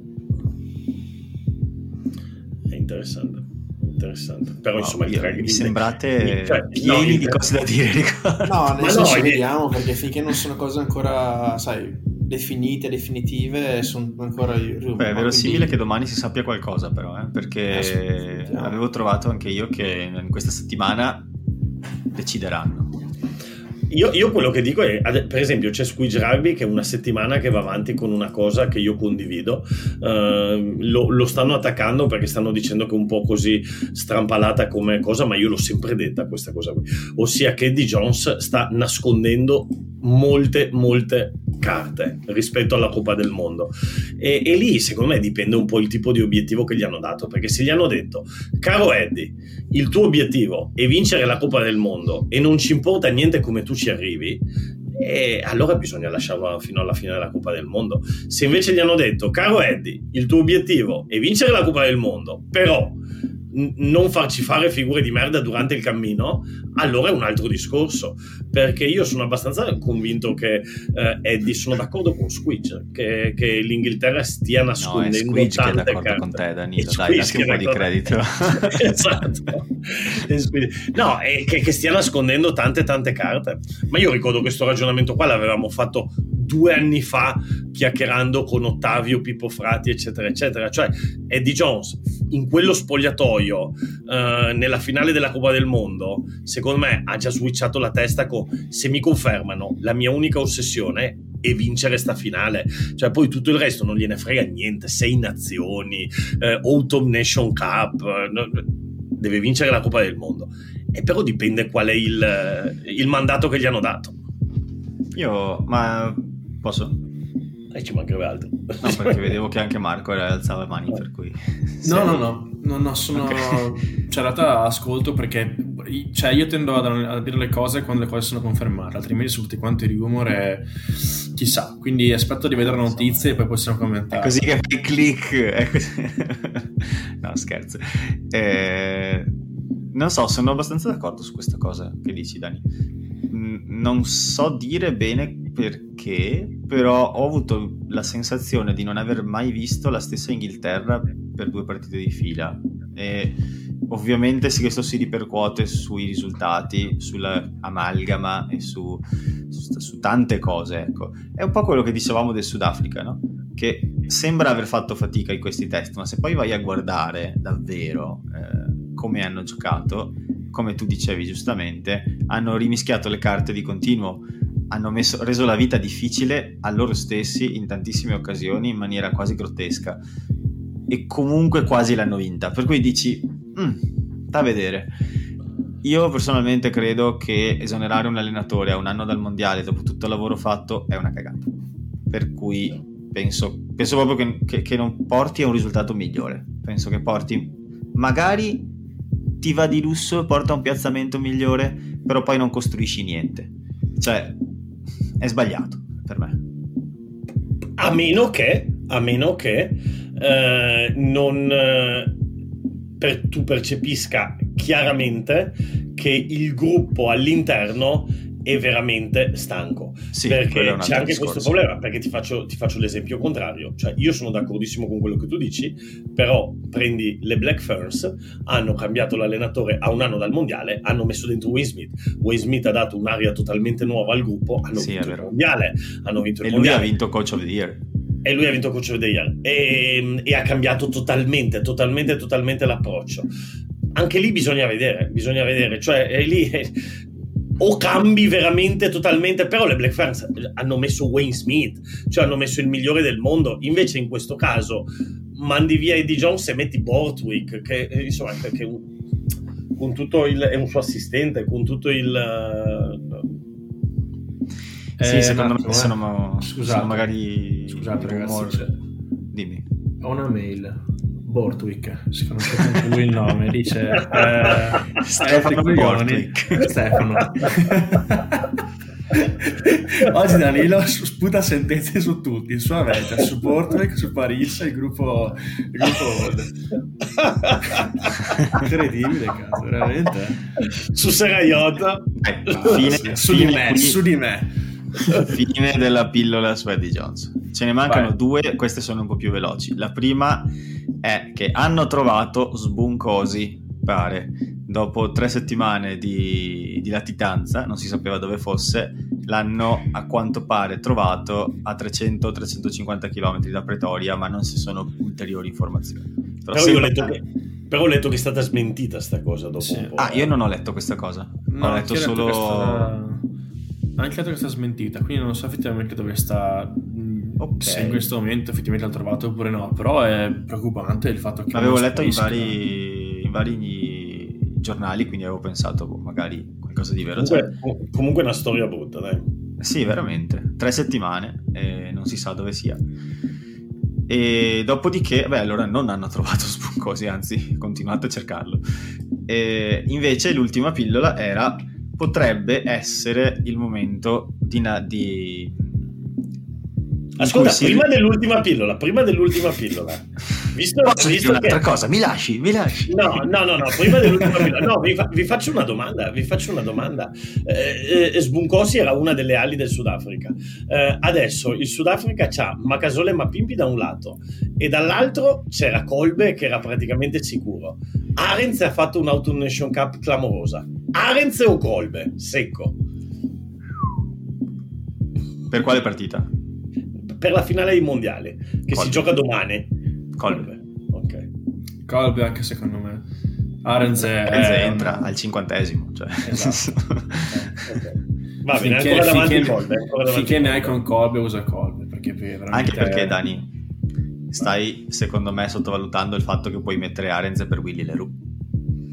Interessante, interessante. Però no, insomma io, il mi sembrate cioè, pieni no, di cose da dire. No, nel ma senso no, vediamo, perché finché non sono cose ancora, sai, definite, definitive, sono ancora rumor. Beh, è verosimile quindi... che domani si sappia qualcosa, però, eh, perché eh, avevo trovato anche io che in questa settimana decideranno. Io, io quello che dico è, per esempio, c'è Squidge Rugby che è una settimana che va avanti con una cosa che io condivido, uh, lo, lo stanno attaccando perché stanno dicendo che è un po' così strampalata come cosa, ma io l'ho sempre detta questa cosa qui, ossia che Eddie Jones sta nascondendo molte molte carte rispetto alla Coppa del Mondo, e, e lì secondo me dipende un po' il tipo di obiettivo che gli hanno dato, perché se gli hanno detto: caro Eddie, il tuo obiettivo è vincere la Coppa del Mondo e non ci importa niente come tu ci arrivi, e allora bisogna lasciarlo fino alla fine della Coppa del Mondo. Se invece gli hanno detto: caro Eddie, il tuo obiettivo è vincere la Coppa del Mondo, però non farci fare figure di merda durante il cammino, allora è un altro discorso, perché io sono abbastanza convinto che eh, Eddie, sono d'accordo con Squidge che, che l'Inghilterra stia nascondendo no, è Squidge tante che è d'accordo carte. con te, Danilo, È dai, datti un po' di credito. Esatto. No, è che, che stia nascondendo tante tante carte, ma io ricordo questo ragionamento qua l'avevamo fatto due anni fa chiacchierando con Ottavio, Pippo Frati, eccetera eccetera. Cioè Eddie Jones in quello spogliatoio uh, nella finale della Coppa del Mondo, secondo me ha già switchato la testa con: se mi confermano, la mia unica ossessione è vincere sta finale, cioè poi tutto il resto non gliene frega niente, sei nazioni, uh, Autumn Nation Cup, uh, deve vincere la Coppa del Mondo. E però dipende qual è il, il mandato che gli hanno dato. Io, ma posso? E ci mancherebbe altro. No, perché vedevo che anche Marco alzava mani, per cui... No, no, no, no, no, sono... Okay. Cioè, in realtà ascolto perché... Cioè, io tendo a, a dire le cose quando le cose sono confermate, altrimenti su tutti quanti rumor e... chissà. Quindi aspetto di vedere notizie e poi possiamo commentare. È così che fai click. È così. No, scherzo. Eh, non so, sono abbastanza d'accordo su questa cosa che dici, Dani. Non so dire bene perché, però ho avuto la sensazione di non aver mai visto la stessa Inghilterra per due partite di fila, e ovviamente se questo si ripercuote sui risultati, sulla amalgama e su, su, su tante cose, ecco. È un po' quello che dicevamo del Sudafrica, no? Che sembra aver fatto fatica in questi test, ma se poi vai a guardare davvero eh, come hanno giocato, come tu dicevi giustamente, hanno rimischiato le carte di continuo, hanno messo, reso la vita difficile a loro stessi in tantissime occasioni in maniera quasi grottesca, e comunque quasi l'hanno vinta, per cui dici mm, da vedere. Io personalmente credo che esonerare un allenatore a un anno dal mondiale dopo tutto il lavoro fatto è una cagata, per cui penso, penso proprio che, che, che non porti a un risultato migliore. Penso che porti, magari ti va di lusso e porta a un piazzamento migliore, però poi non costruisci niente. Cioè, è sbagliato per me. A meno che, a meno che eh, non eh, per, tu percepisca chiaramente che il gruppo all'interno è veramente stanco, sì, perché c'è anche discorso. questo problema, perché ti faccio, ti faccio l'esempio contrario, cioè io sono d'accordissimo con quello che tu dici, però prendi le Black Ferns, hanno cambiato l'allenatore a un anno dal mondiale, hanno messo dentro Wayne Smith, Wayne Smith ha dato un'aria totalmente nuova al gruppo, hanno sì, vinto il mondiale, hanno vinto il e mondiale. lui ha vinto Coach of the Year. E lui ha vinto Coach of the Year e, e ha cambiato totalmente, totalmente, totalmente l'approccio. Anche lì bisogna vedere, bisogna vedere, cioè è lì... È, o cambi veramente totalmente, però le Black Ferns hanno messo Wayne Smith, cioè hanno messo il migliore del mondo, invece in questo caso mandi via Eddie Jones e metti Borthwick, che insomma che, che un, con tutto il, è un suo assistente, con tutto il eh, sì, secondo attimo, me sono, scusate, sono magari scusate ragazzi, cioè, dimmi. Ho una mail, Borthwick, si conosce anche lui il nome, dice eh, Stefano Borthwick. Stefano. Oggi Danilo sputa sentenze su tutti, su Aveta, su Borthwick, su Paris, il gruppo il gruppo incredibile, cazzo, veramente. Su Seraiota, fine, su fine, di me, qui, su di me. Fine della pillola su Eddie Jones. Ce ne mancano Vai. due, queste sono un po' più veloci. La prima è che hanno trovato Sbuncosi, pare, dopo tre settimane di, di latitanza, non si sapeva dove fosse, l'hanno a quanto pare trovato a trecento trecentocinquanta chilometri da Pretoria, ma non ci sono ulteriori informazioni. Però, però io ho letto che, però ho letto che è stata smentita sta cosa dopo sì. un po'. Ah, io non ho letto questa cosa, No, ho letto solo... Questa... anche detto che sta smentita, quindi non so effettivamente dove sta, okay. Se in questo momento effettivamente l'ha trovato oppure no, però è preoccupante il fatto che l'avevo letto in vari, in vari giornali, quindi avevo pensato boh, magari qualcosa di vero. Comunque, cioè, comunque è una storia brutta, dai. Sì, veramente, tre settimane e non si sa dove sia. E dopodiché, beh, allora non hanno trovato Spuncosi, anzi continuate a cercarlo. E invece l'ultima pillola era: potrebbe essere il momento di, na- di... Ascolta, si... prima dell'ultima pillola, prima dell'ultima pillola. Visto, Posso visto dire un'altra che... cosa? Mi lasci, mi lasci. No, no, no, no, prima dell'ultima pillola. No, vi, fa- vi faccio una domanda, vi faccio una domanda. Eh, eh, Sbuncosi era una delle ali del Sudafrica. Eh, adesso il Sudafrica c'ha Makazole e Mapimpi da un lato e dall'altro c'era Kolbe che era praticamente sicuro. Arendse ha fatto un Autumn Nation Cup clamorosa. Arendse o Kolbe? Secco. Per quale partita? Per la finale dei mondiali che Kolbe. Si gioca domani. Kolbe. Ok. Kolbe anche secondo me. Arendse Arendse è... entra al cinquantesimo, cioè. Esatto. Okay. Va bene, finché, ancora davanti finché, Kolbe, ancora davanti finché ne hai Kolbe. con Kolbe usa Kolbe, perché veramente... Anche perché, Dani, stai secondo me sottovalutando il fatto che puoi mettere Arendse per Willy Leroux.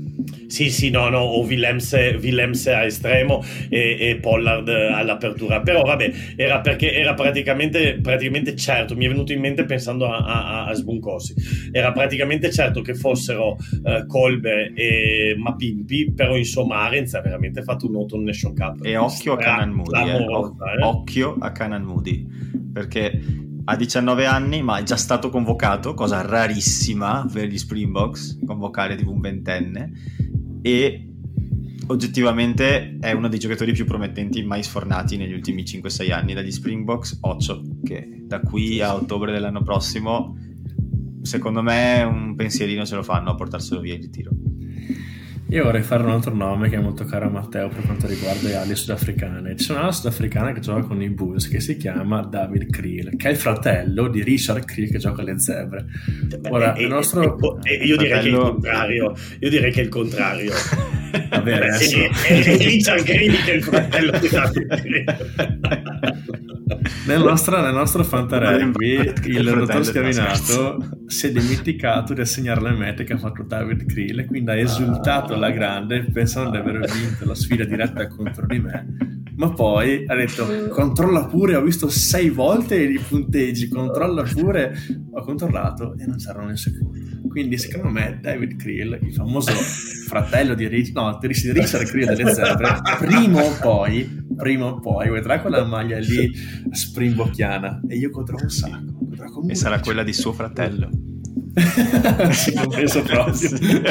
sì, sì, no, no, o Willems, Willems a estremo e, e Pollard all'apertura, però vabbè, era perché era praticamente, praticamente certo, mi è venuto in mente pensando a, a, a Sbunkowski, era praticamente certo che fossero uh, Kolbe e Mapimpi, però insomma Arens ha veramente fatto un Autumn Nation Cup. E occhio a Kanan Moody, eh. eh. occhio a Kanan Moody, perché ha diciannove anni ma è già stato convocato, cosa rarissima per gli Springboks, convocare tipo un ventenne, e oggettivamente è uno dei giocatori più promettenti mai sfornati negli ultimi cinque sei anni dagli Springboks. Occhio che da qui a ottobre dell'anno prossimo secondo me un pensierino se lo fanno a portarselo via in ritiro. Io vorrei fare un altro nome che è molto caro a Matteo per quanto riguarda le ali sudafricane. C'è una sudafricana che gioca con i Bulls che si chiama David Creel, che è il fratello di Richard Creel che gioca alle Zebre. Ora, e, il nostro... e, e io direi fratello... che è il contrario. Io direi che è il contrario. Vabbè, adesso... è, è Richard Creel che è il fratello di David Creel. Nel nostro, nel nostro Fantarugby il dottor Schiavinato si è dimenticato di assegnare le mete che ha fatto David Creel e quindi ha esultato alla grande pensando di aver vinto la sfida diretta contro di me, ma poi ha detto controlla pure, ho visto sei volte i punteggi, controlla pure, ho controllato e non c'erano né secondi. Quindi secondo me David Creel, il famoso fratello di Rich, no, di Richard Creel delle Zebre, prima o poi prima o poi vedrà quella maglia lì springbocchiana e io contrò un sacco, e sarà quella di suo fratello. Sì, non penso proprio.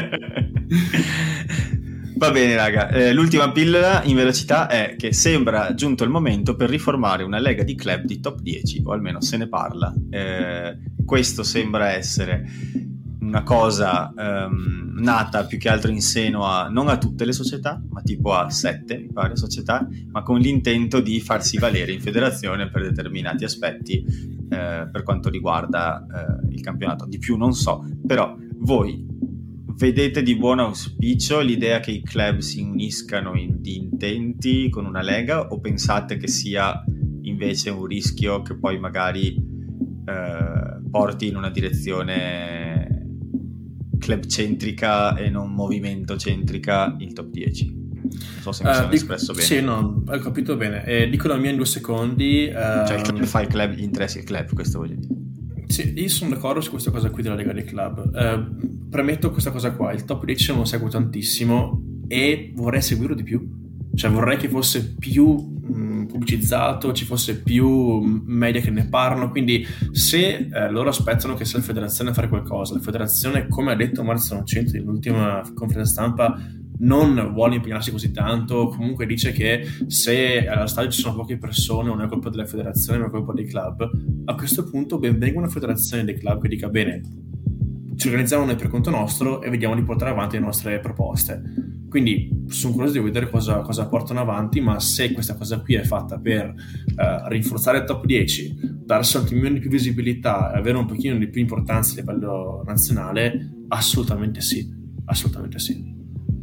Va bene raga, eh, l'ultima pillola in velocità è che sembra giunto il momento per riformare una lega di club di top dieci, o almeno se ne parla. Eh, questo sembra essere una cosa um, nata più che altro in seno a non a tutte le società, ma tipo a sette mi pare società, ma con l'intento di farsi valere in federazione per determinati aspetti eh, per quanto riguarda eh, il campionato. Di più non so, però voi vedete di buon auspicio l'idea che i club si uniscano in, di intenti con una lega, o pensate che sia invece un rischio che poi magari eh, porti in una direzione club centrica e non movimento centrica il top dieci? Non so se mi uh, sono dico, espresso bene. Sì, no, ho capito bene. Eh, dico la mia in due secondi. Uh, cioè il club fa il club, gli interessi il club, questo voglio dire. Sì, io sono d'accordo su questa cosa qui della Lega dei Club. Uh, premetto questa cosa qua, il top dieci non lo seguo tantissimo e vorrei seguirlo di più. Cioè vorrei che fosse più mh, pubblicizzato, ci fosse più media che ne parlano, quindi se eh, loro aspettano che sia la federazione a fare qualcosa, la federazione, come ha detto Marzio Nocenti nell'ultima conferenza stampa, non vuole impegnarsi così tanto, comunque dice che se allo stadio ci sono poche persone non è colpa della federazione ma è colpa dei club, a questo punto ben venga una federazione dei club che dica bene, ci organizziamo noi per conto nostro e vediamo di portare avanti le nostre proposte. Quindi sono curioso di vedere cosa, cosa portano avanti, ma se questa cosa qui è fatta per uh, rinforzare il top dieci, darsi un attimino di più visibilità e avere un pochino di più importanza a livello nazionale, assolutamente sì, assolutamente sì.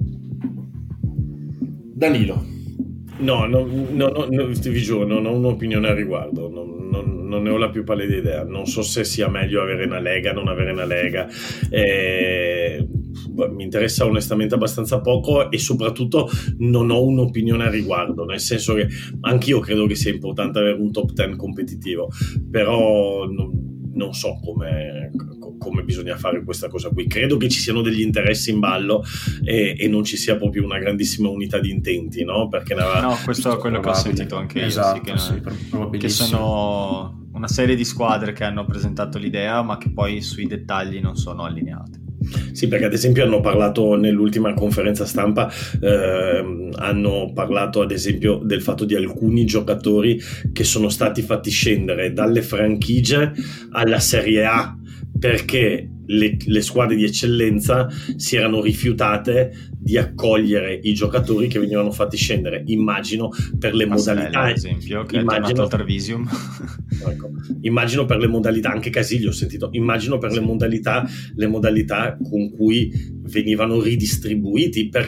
Danilo. No, no, no, no, no, vi giuro, non ho un'opinione al riguardo, non, non, non ne ho la più pallida idea, non so se sia meglio avere una lega, non avere una lega, eh, mi interessa onestamente abbastanza poco e soprattutto non ho un'opinione al riguardo, nel senso che anch'io credo che sia importante avere un top dieci competitivo, però non, non so come... come bisogna fare questa cosa qui. Credo che ci siano degli interessi in ballo e, e non ci sia proprio una grandissima unità di intenti, no? Perché ne aveva... No, questo è quello che ho sentito anche esatto, io, sì, che, sì, non... che sono una serie di squadre che hanno presentato l'idea ma che poi sui dettagli non sono allineate. Sì, perché ad esempio hanno parlato nell'ultima conferenza stampa, eh, hanno parlato ad esempio del fatto di alcuni giocatori che sono stati fatti scendere dalle franchigie alla Serie A perché le, le squadre di eccellenza si erano rifiutate di accogliere i giocatori che venivano fatti scendere, immagino per le Passarella, modalità, ad esempio, che immagino, è tornato al Tarvisium. Ecco, immagino per le modalità, anche Casilio ho sentito, immagino per le modalità le modalità con cui venivano ridistribuiti, perché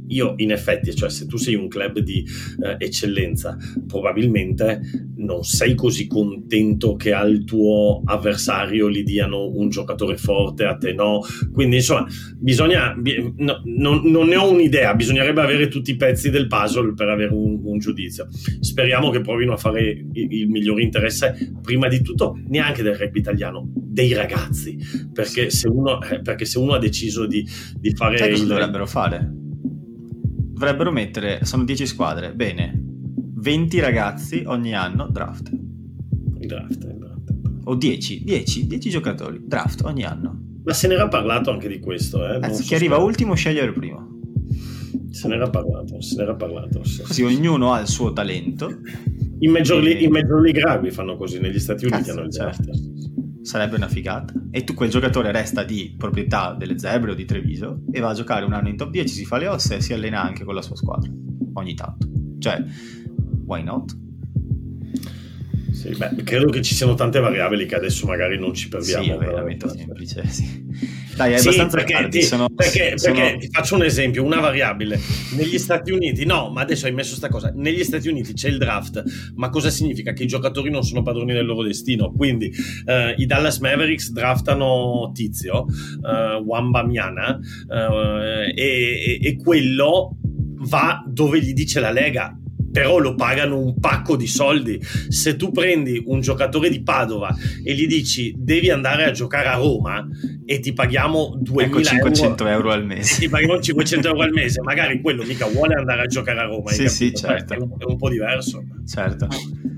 io in effetti, cioè se tu sei un club di eh, eccellenza, probabilmente non sei così contento che al tuo avversario gli diano un giocatore forte, a te no, quindi insomma bisogna, no, non, non ne ho un'idea, bisognerebbe avere tutti i pezzi del puzzle per avere un, un giudizio. Speriamo che provino a fare il, il migliore interesse prima di tutto neanche del rugby italiano, dei ragazzi, perché se uno, eh, perché se uno ha deciso di, di fare sai cosa il... dovrebbero fare? Dovrebbero mettere, sono dieci squadre, bene, venti ragazzi ogni anno, draft. Il draft, il draft. O dieci, dieci, dieci giocatori, draft ogni anno. Ma se n'era parlato anche di questo, eh? Anzi, so chi arriva se... ultimo sceglie il primo. Se n'era parlato, se n'era parlato. Sì. Così ognuno ha il suo talento. In Major, e... League, in Major League Rugby fanno così, negli Stati Uniti Cazzo, hanno il certo. draft. Sarebbe una figata. E tu, quel giocatore resta di proprietà delle Zebre o di Treviso e va a giocare un anno in top dieci, si fa le ossa e si allena anche con la sua squadra ogni tanto. Cioè, why not? Sì, beh, credo che ci siano tante variabili che adesso magari non ci perdiamo. Sì, vabbè, la metto semplice, sì. Dai, è sì, abbastanza perché, tardi, ti, sono, perché, sono... perché ti faccio un esempio, una variabile negli Stati Uniti, no, ma adesso hai messo sta cosa, negli Stati Uniti c'è il draft, ma cosa significa? Che i giocatori non sono padroni del loro destino, quindi eh, i Dallas Mavericks draftano Tizio, eh, Wembanyama, eh, e, e, e quello va dove gli dice la Lega, però lo pagano un pacco di soldi. Se tu prendi un giocatore di Padova e gli dici devi andare a giocare a Roma e ti paghiamo duemila ecco, cinquecento euro al mese, ti paghiamo cinquecento euro al mese, magari quello mica vuole andare a giocare a Roma. Sì, sì, certo. È un, è un po' diverso. Certo.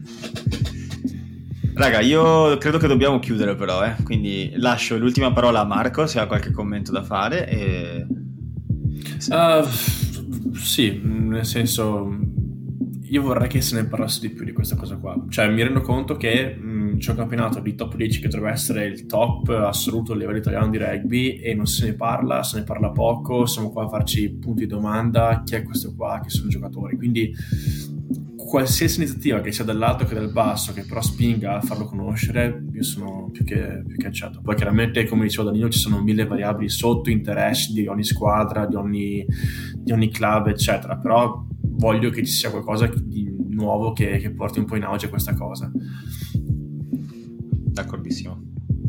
Raga, io credo che dobbiamo chiudere però, eh? Quindi lascio l'ultima parola a Marco se ha qualche commento da fare. E... Sì. Uh, sì, nel senso, io vorrei che se ne parlasse di più di questa cosa qua. Cioè, mi rendo conto che mh, c'è un campionato di top dieci che dovrebbe essere il top assoluto a livello italiano di rugby e non se ne parla, se ne parla poco, siamo qua a farci punti di domanda, chi è questo qua, chi sono i giocatori. Quindi qualsiasi iniziativa che sia dall'alto che dal basso, che però spinga a farlo conoscere, io sono più che, più che accetto. Poi chiaramente, come diceva Danilo, ci sono mille variabili sotto, interessi di ogni squadra, di ogni, di ogni club, eccetera, però voglio che ci sia qualcosa di nuovo che, che porti un po' in auge questa cosa. D'accordissimo.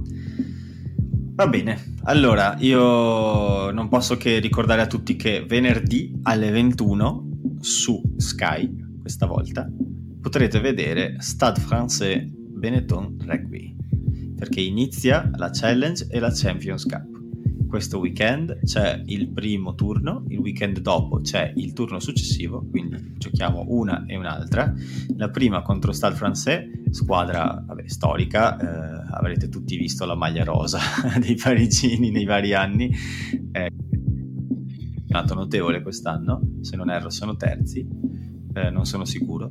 Va bene, allora io non posso che ricordare a tutti che venerdì alle ventuno su Sky, questa volta, potrete vedere Stade Français Benetton Rugby, perché inizia la Challenge e la Champions Cup. Questo weekend c'è il primo turno, il weekend dopo c'è il turno successivo, quindi giochiamo una e un'altra. La prima contro Stade Français, squadra vabbè, storica, eh, avrete tutti visto la maglia rosa dei parigini nei vari anni, è un campionato notevole quest'anno, se non erro sono terzi, eh, non sono sicuro.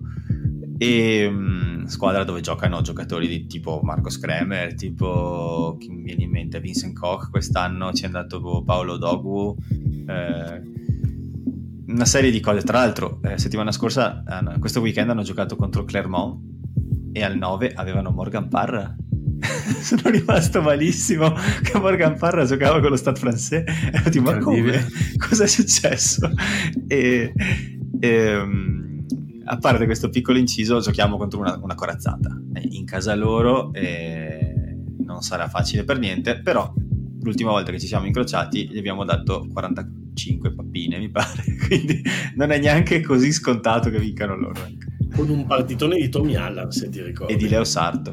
E mh, squadra dove giocano giocatori di tipo Marcos Kremer, tipo chi mi viene in mente Vincent Koch, quest'anno ci è andato Paolo Dogwu, eh, una serie di cose. Tra l'altro eh, settimana scorsa, eh, questo weekend hanno giocato contro Clermont e al nove avevano Morgan Parra. Sono rimasto malissimo che Morgan Parra giocava con lo Stade Français e ho detto, ma come? Cosa è successo? E, e a parte questo piccolo inciso, giochiamo contro una, una corazzata in casa loro e non sarà facile per niente, però l'ultima volta che ci siamo incrociati gli abbiamo dato quarantacinque pappine mi pare, quindi non è neanche così scontato che vincano loro, ecco. Con un partitone di Tommy Allan, se ti ricordi, e di Leo Sarto.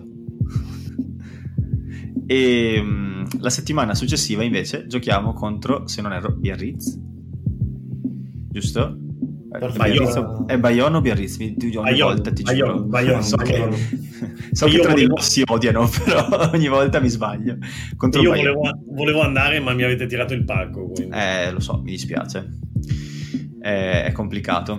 E um, la settimana successiva invece giochiamo contro, se non erro, Biarritz, giusto? Bayonne. È Bayonne o Biarritz? Ogni Bayonne, volta ti Bayonne, giuro Bayonne, so Bayonne. che, so che io tra volevo... di loro si odiano, però ogni volta mi sbaglio contro io Bayonne. volevo, volevo andare ma mi avete tirato il pacco, quindi. Eh lo so, mi dispiace, è, è complicato.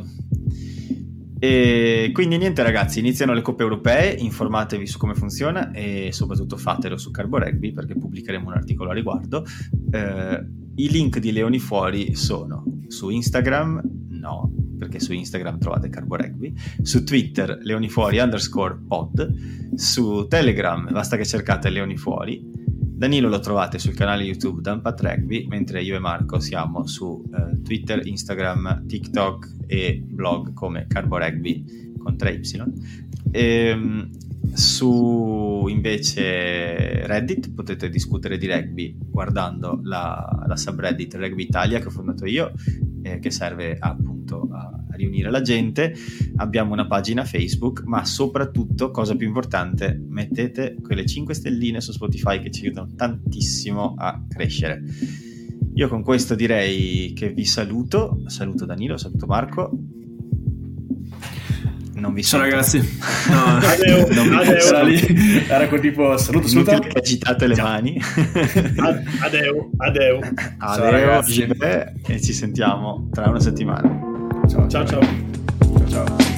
E quindi niente ragazzi, iniziano le coppe europee, informatevi su come funziona e soprattutto fatelo su Carbo Rugby perché pubblicheremo un articolo a riguardo. Eh, i link di Leoni Fuori sono su Instagram, no, perché su Instagram trovate Carbo Rugby, su Twitter Leoni Fuori underscore pod, su Telegram basta che cercate Leoni Fuori Danilo lo trovate sul canale YouTube Dampat Rugby, mentre io e Marco siamo su eh, Twitter, Instagram, TikTok e blog come Carbo Rugby con tre Y. E, su invece Reddit potete discutere di rugby guardando la, la subreddit Rugby Italia che ho fondato io, eh, che serve appunto a, a riunire la gente. Abbiamo una pagina Facebook, ma soprattutto, cosa più importante, mettete quelle cinque stelline su Spotify che ci aiutano tantissimo a crescere. Io con questo direi che vi saluto, saluto Danilo, saluto Marco. Non vi ciao sento. Ragazzi, no, adeo, non mi adeo. era lì, era con tipo saluto saluto Inutile che agitate le Ciao. mani. Adeo, adeo. Adeo, ragazzi. e ci sentiamo tra una settimana. ciao Ciao ciao. ciao, ciao.